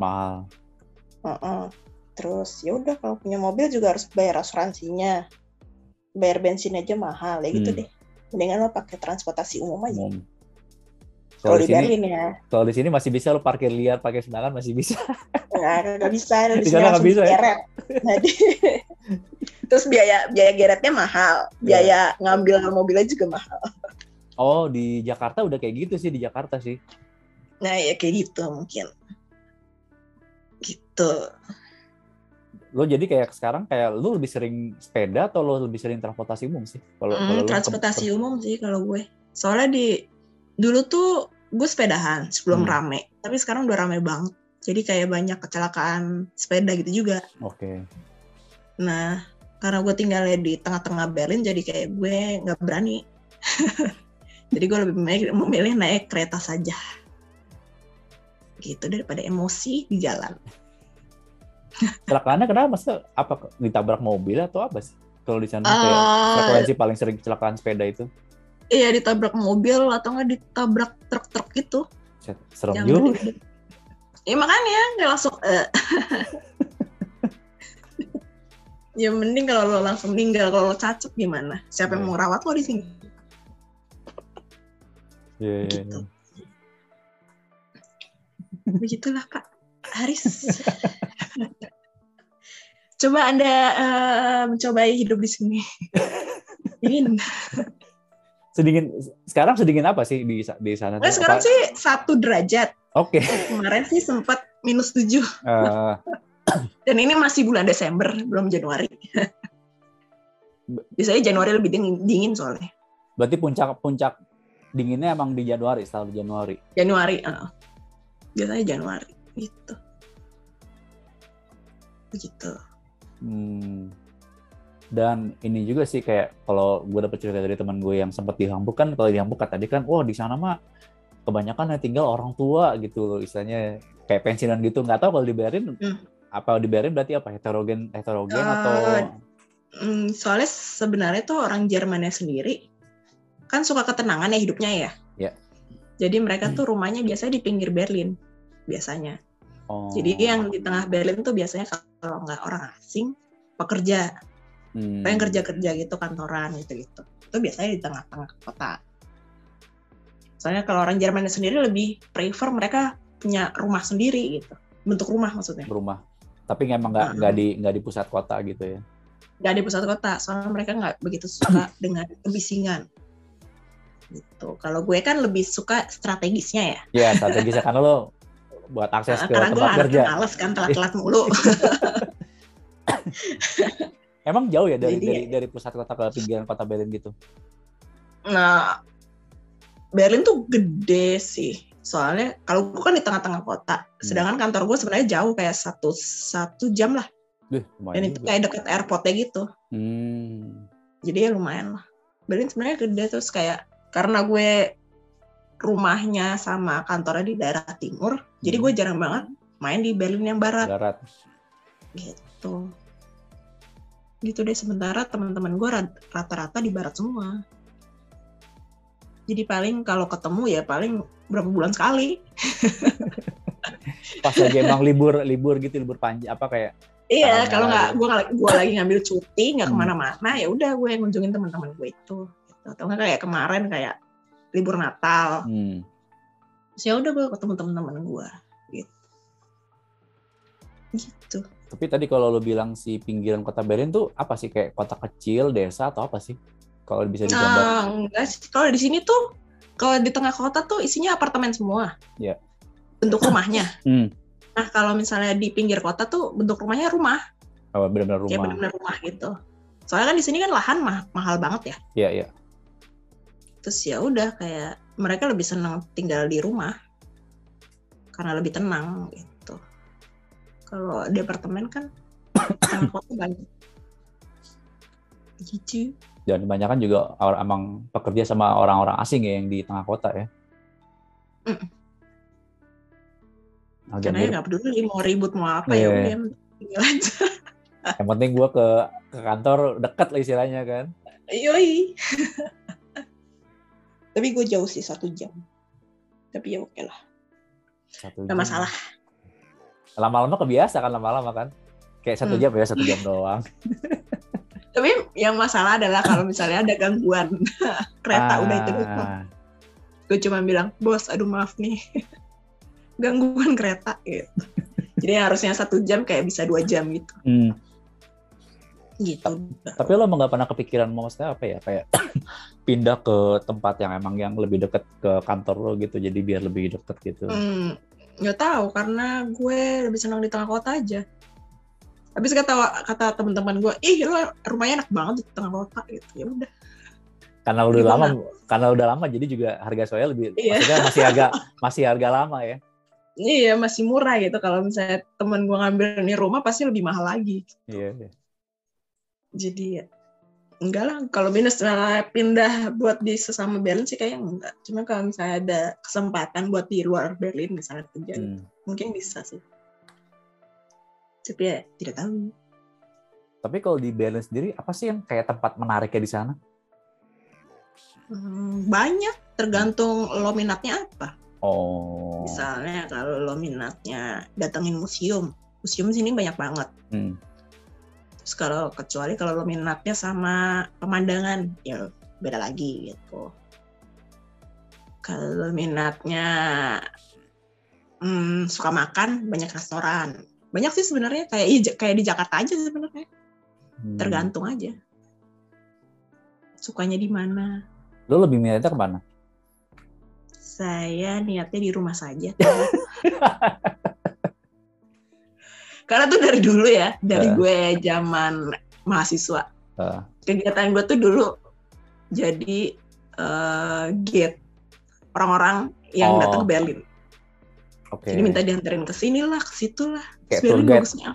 Terus ya udah kalau punya mobil juga harus bayar asuransinya, bayar bensin aja mahal, ya gitu deh. Mendingan lo pakai transportasi umum aja. Kalau di Berlin ya. Kalau di sini masih bisa lo parkir liar pakai sedangan masih bisa. Nggak bisa, di sini langsung digeret. Ya? Terus biaya geretnya mahal, biaya ngambil mobilnya juga mahal. Oh, di Jakarta udah kayak gitu sih, di Jakarta sih. Nah, ya kayak gitu mungkin. Gitu. Lo jadi kayak sekarang kayak lo lebih sering sepeda atau lo lebih sering transportasi umum sih? Kalau transportasi umum sih kalau gue. Soalnya dulu tuh gue sepedahan sebelum rame, tapi sekarang udah rame banget. Jadi kayak banyak kecelakaan sepeda gitu juga. Oke. Nah, karena gue tinggalnya di tengah-tengah Berlin, jadi kayak gue nggak berani. Jadi gue lebih memilih naik kereta saja. Gitu, daripada emosi di jalan. Kecelakaannya kenapa? Maksudnya apa, ditabrak mobil atau apa sih? Kalau di sana kayak frekuensi paling sering kecelakaan sepeda itu? Iya, ditabrak mobil atau nggak ditabrak truk-truk gitu. Serem juga. Ya makanya nggak langsung. Ya mending kalau lo langsung meninggal, kalau lo cacat gimana? Siapa yang mau rawat lo di sini? Gitu. Begitulah Pak Haris. Coba Anda mencoba hidup di sini. Dingin. Sekarang sedingin apa sih di sana? Nah, sekarang sih 1 derajat. Oke. Kemarin sih sempat -7. Dan ini masih bulan Desember, belum Januari. Biasanya Januari lebih dingin soalnya. Berarti puncak dinginnya emang di Januari, selalu Januari. Biasanya Januari gitu. Begitu. Dan ini juga sih kayak kalau gue dapet cerita dari teman gue yang sempat di Hamburg kan, kalau di Hamburg tadi kan, wah di sana mah kebanyakan yang tinggal orang tua gitu, istilahnya kayak pensiunan gitu. Nggak tahu kalau di Berlin apa di Berlin berarti apa heterogen atau? Soalnya sebenarnya tuh orang Jermannya sendiri kan suka ketenangan ya hidupnya ya. Jadi mereka tuh rumahnya biasanya di pinggir Berlin biasanya. Jadi yang di tengah Berlin tuh biasanya kalau nggak orang asing, pekerja. Pengen kerja gitu, kantoran gitu-gitu. Itu biasanya di tengah-tengah kota. Soalnya kalau orang Jerman sendiri lebih prefer mereka punya rumah sendiri gitu. Bentuk rumah maksudnya. Rumah. Tapi emang nggak di pusat kota gitu ya? Nggak di pusat kota, soalnya mereka nggak begitu suka dengan kebisingan. Gitu. Kalau gue kan lebih suka strategisnya ya. Iya, strategisnya karena lo buat akses ke tempat kerja. Karena gue males kan, telat-telat mulu. Emang jauh ya dari pusat kota ke pinggiran kota Berlin gitu? Nah, Berlin tuh gede sih. Soalnya kalau gue kan di tengah-tengah kota, sedangkan kantor gue sebenarnya jauh kayak satu jam lah. Dan itu kayak dekat airportnya gitu. Jadi ya lumayan lah. Berlin sebenarnya gede, terus kayak karena gue rumahnya sama kantornya di daerah timur, jadi gue jarang banget main di Berlin yang barat. Gitu. Gitu deh, sementara teman-teman gue rata-rata di barat semua. Jadi paling kalau ketemu ya paling berapa bulan sekali. Pas lagi emang libur gitu, libur panjang apa kayak? Iya, kalau nggak gue lagi ngambil cuti nggak kemana-mana, ya udah gue ngunjungin teman-teman gue itu. Gitu. Atau nggak kayak kemarin kayak libur Natal. Terus ya udah gue ketemu teman-teman gue. Gitu. Tapi tadi kalau lo bilang si pinggiran kota Berlin tuh apa sih, kayak kota kecil, desa atau apa sih? Kalau bisa digambar? Enggak sih. Kalau di sini tuh, kalau di tengah kota tuh isinya apartemen semua. Iya. Bentuk rumahnya. Nah kalau misalnya di pinggir kota tuh bentuk rumahnya rumah. Oh, benar-benar rumah. Kayak benar-benar rumah gitu. Soalnya kan di sini kan lahan mahal banget ya. Iya. Terus ya udah kayak mereka lebih senang tinggal di rumah karena lebih tenang gitu. Kalau di apartemen kan tengah kota banyak gitu. Dan kebanyakan juga emang pekerja sama orang-orang asing ya yang di tengah kota ya. Karena ya nggak peduli mau ribut mau apa ya udah tinggal aja. Yang penting gue ke kantor dekat lah istilahnya kan. Yoi. Tapi gue jauh sih 1 jam. Tapi ya oke lah. Gak masalah. Lama-lama kebiasa kan lama-lama kan. Kayak 1 jam ya 1 jam doang. Tapi yang masalah adalah kalau misalnya ada gangguan kereta udah itu. Gue cuma bilang, bos aduh maaf nih. Gangguan kereta gitu. Jadi harusnya 1 jam kayak bisa 2 jam gitu. Gitu. Tapi lo emang gak pernah kepikiran maksudnya apa ya kayak pindah ke tempat yang emang yang lebih dekat ke kantor lo gitu jadi biar lebih dekat gitu? Nggak tahu karena gue lebih senang di tengah kota aja. Habis kata teman-teman gue, lo rumahnya enak banget di tengah kota gitu. Ya udah. Karena udah lama jadi juga harga soalnya lebih maksudnya masih harga lama ya. Iya masih murah gitu. Kalau misalnya teman gue ngambil nih rumah pasti lebih mahal lagi. Gitu. Iya. Jadi ya enggak lah, kalau minus pindah buat di sesama Berlin sih kayaknya enggak. Cuma kalau misalnya ada kesempatan buat di luar Berlin misalnya kerja, mungkin bisa sih. Tapi ya tidak tahu. Tapi kalau di Berlin sendiri apa sih yang kayak tempat menariknya di sana? Banyak, tergantung lo minatnya apa. Oh. Misalnya kalau lo minatnya datengin museum sini banyak banget. Terus kecuali kalau lo minatnya sama pemandangan, ya beda lagi gitu. Kalau minatnya suka makan, banyak restoran. Banyak sih sebenarnya kayak di Jakarta aja sebenarnya. Tergantung aja. Sukanya di mana? Lo lebih minatnya kemana? Saya niatnya di rumah saja. Karena tuh dari dulu ya, dari gue zaman mahasiswa. Kegiatan gue tuh dulu jadi guide orang-orang yang datang ke Berlin. Jadi minta dianterin ke sini lah, ke situ lah. Kayak tour bagusnya.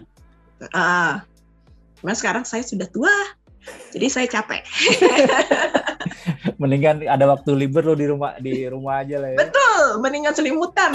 Nah sekarang saya sudah tua, jadi saya capek. Mendingan ada waktu libur lo di rumah aja lah ya. Betul, mendingan selimutan.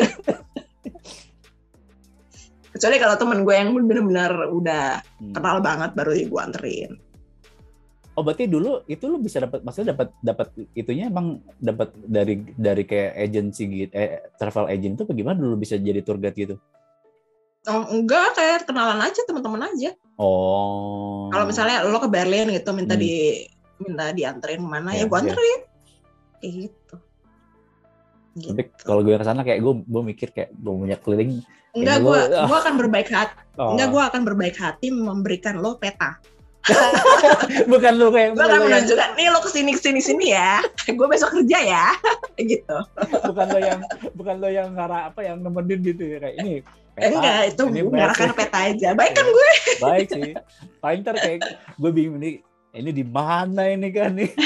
Kecuali kalau temen gue yang benar-benar udah kenal banget baru gue anterin. Oh berarti dulu itu lo bisa maksudnya dapat itunya emang dapat dari kayak agency gitu, travel agent itu bagaimana dulu bisa jadi tour guide gitu? Oh enggak, kayak kenalan aja teman-teman aja. Oh. Kalau misalnya lo ke Berlin gitu minta dianterin kemana ya gue anterin. Kayak gitu. Tapi kalau gue kesana kayak gue mikir kayak gue punya keliling. Enggak, gue akan berbaik hati. Enggak, gue akan berbaik hati memberikan lo peta. Bukan lo kayak. Gue akan menunjukkan nih lo kesini ya. Gue besok kerja ya, gitu. bukan lo yang ngarah apa yang nemenin gitu ya kayak ini. Peta, enggak, itu mengarahkan peta aja. Baik kan gue? Baik sih. Paling ntar kayak gue bingung nih. Ini di mana ini kan nih?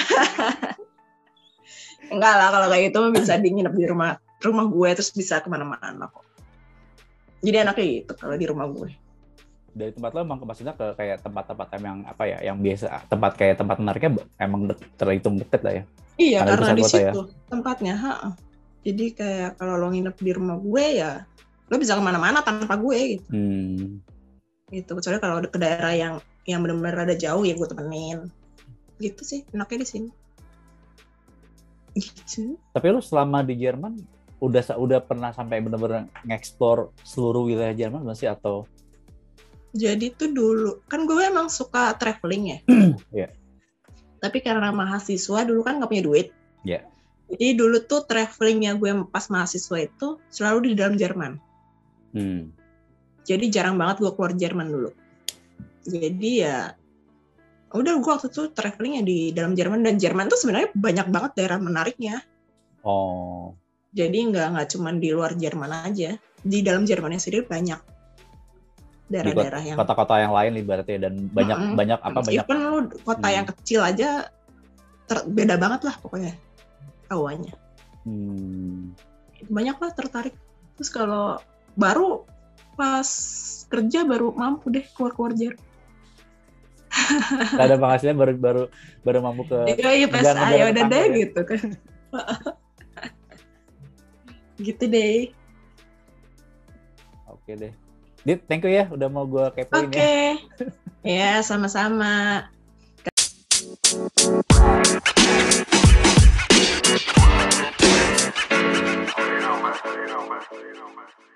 Enggak lah, kalau kayak gitu bisa nginep di rumah gue terus bisa kemana-mana kok. Jadi enaknya gitu kalau di rumah gue. Dari tempat lo emang maksudnya ke kayak tempat-tempat yang apa ya, yang biasa tempat menariknya emang terhitung deket lah ya? Iya, karena di situ tempatnya. Jadi kayak kalau lo nginep di rumah gue ya lo bisa kemana-mana tanpa gue gitu. Gitu, kecuali kalau ke daerah yang benar-benar ada jauh ya gue temenin. Gitu sih, enaknya di sini. Gitu. Tapi lo selama di Jerman udah pernah sampai benar-benar ngeksplor seluruh wilayah Jerman nggak sih atau? Jadi tuh dulu kan gue emang suka traveling ya. Yeah. Tapi karena mahasiswa dulu kan nggak punya duit. Yeah. Jadi dulu tuh travelingnya gue pas mahasiswa itu selalu di dalam Jerman. Jadi jarang banget gue keluar Jerman dulu. Jadi ya udah gue waktu itu travelingnya di dalam Jerman, dan Jerman tuh sebenarnya banyak banget daerah menariknya. Oh. Jadi nggak cuma di luar Jerman aja, di dalam Jermannya sendiri banyak daerah-daerah yang kota-kota yang lain ibaratnya, dan banyak even lu kota yang kecil aja beda banget lah pokoknya. awalnya. Banyak lah tertarik. Terus kalau baru pas kerja baru mampu deh keluar jar. Gak ada penghasilan baru mampu ke iya pas ayo udah deh gitu kan. Gitu deh. Oke deh. Dit, thank you ya udah mau gue kepoin ya. Oke. Ya, sama-sama. You know, man.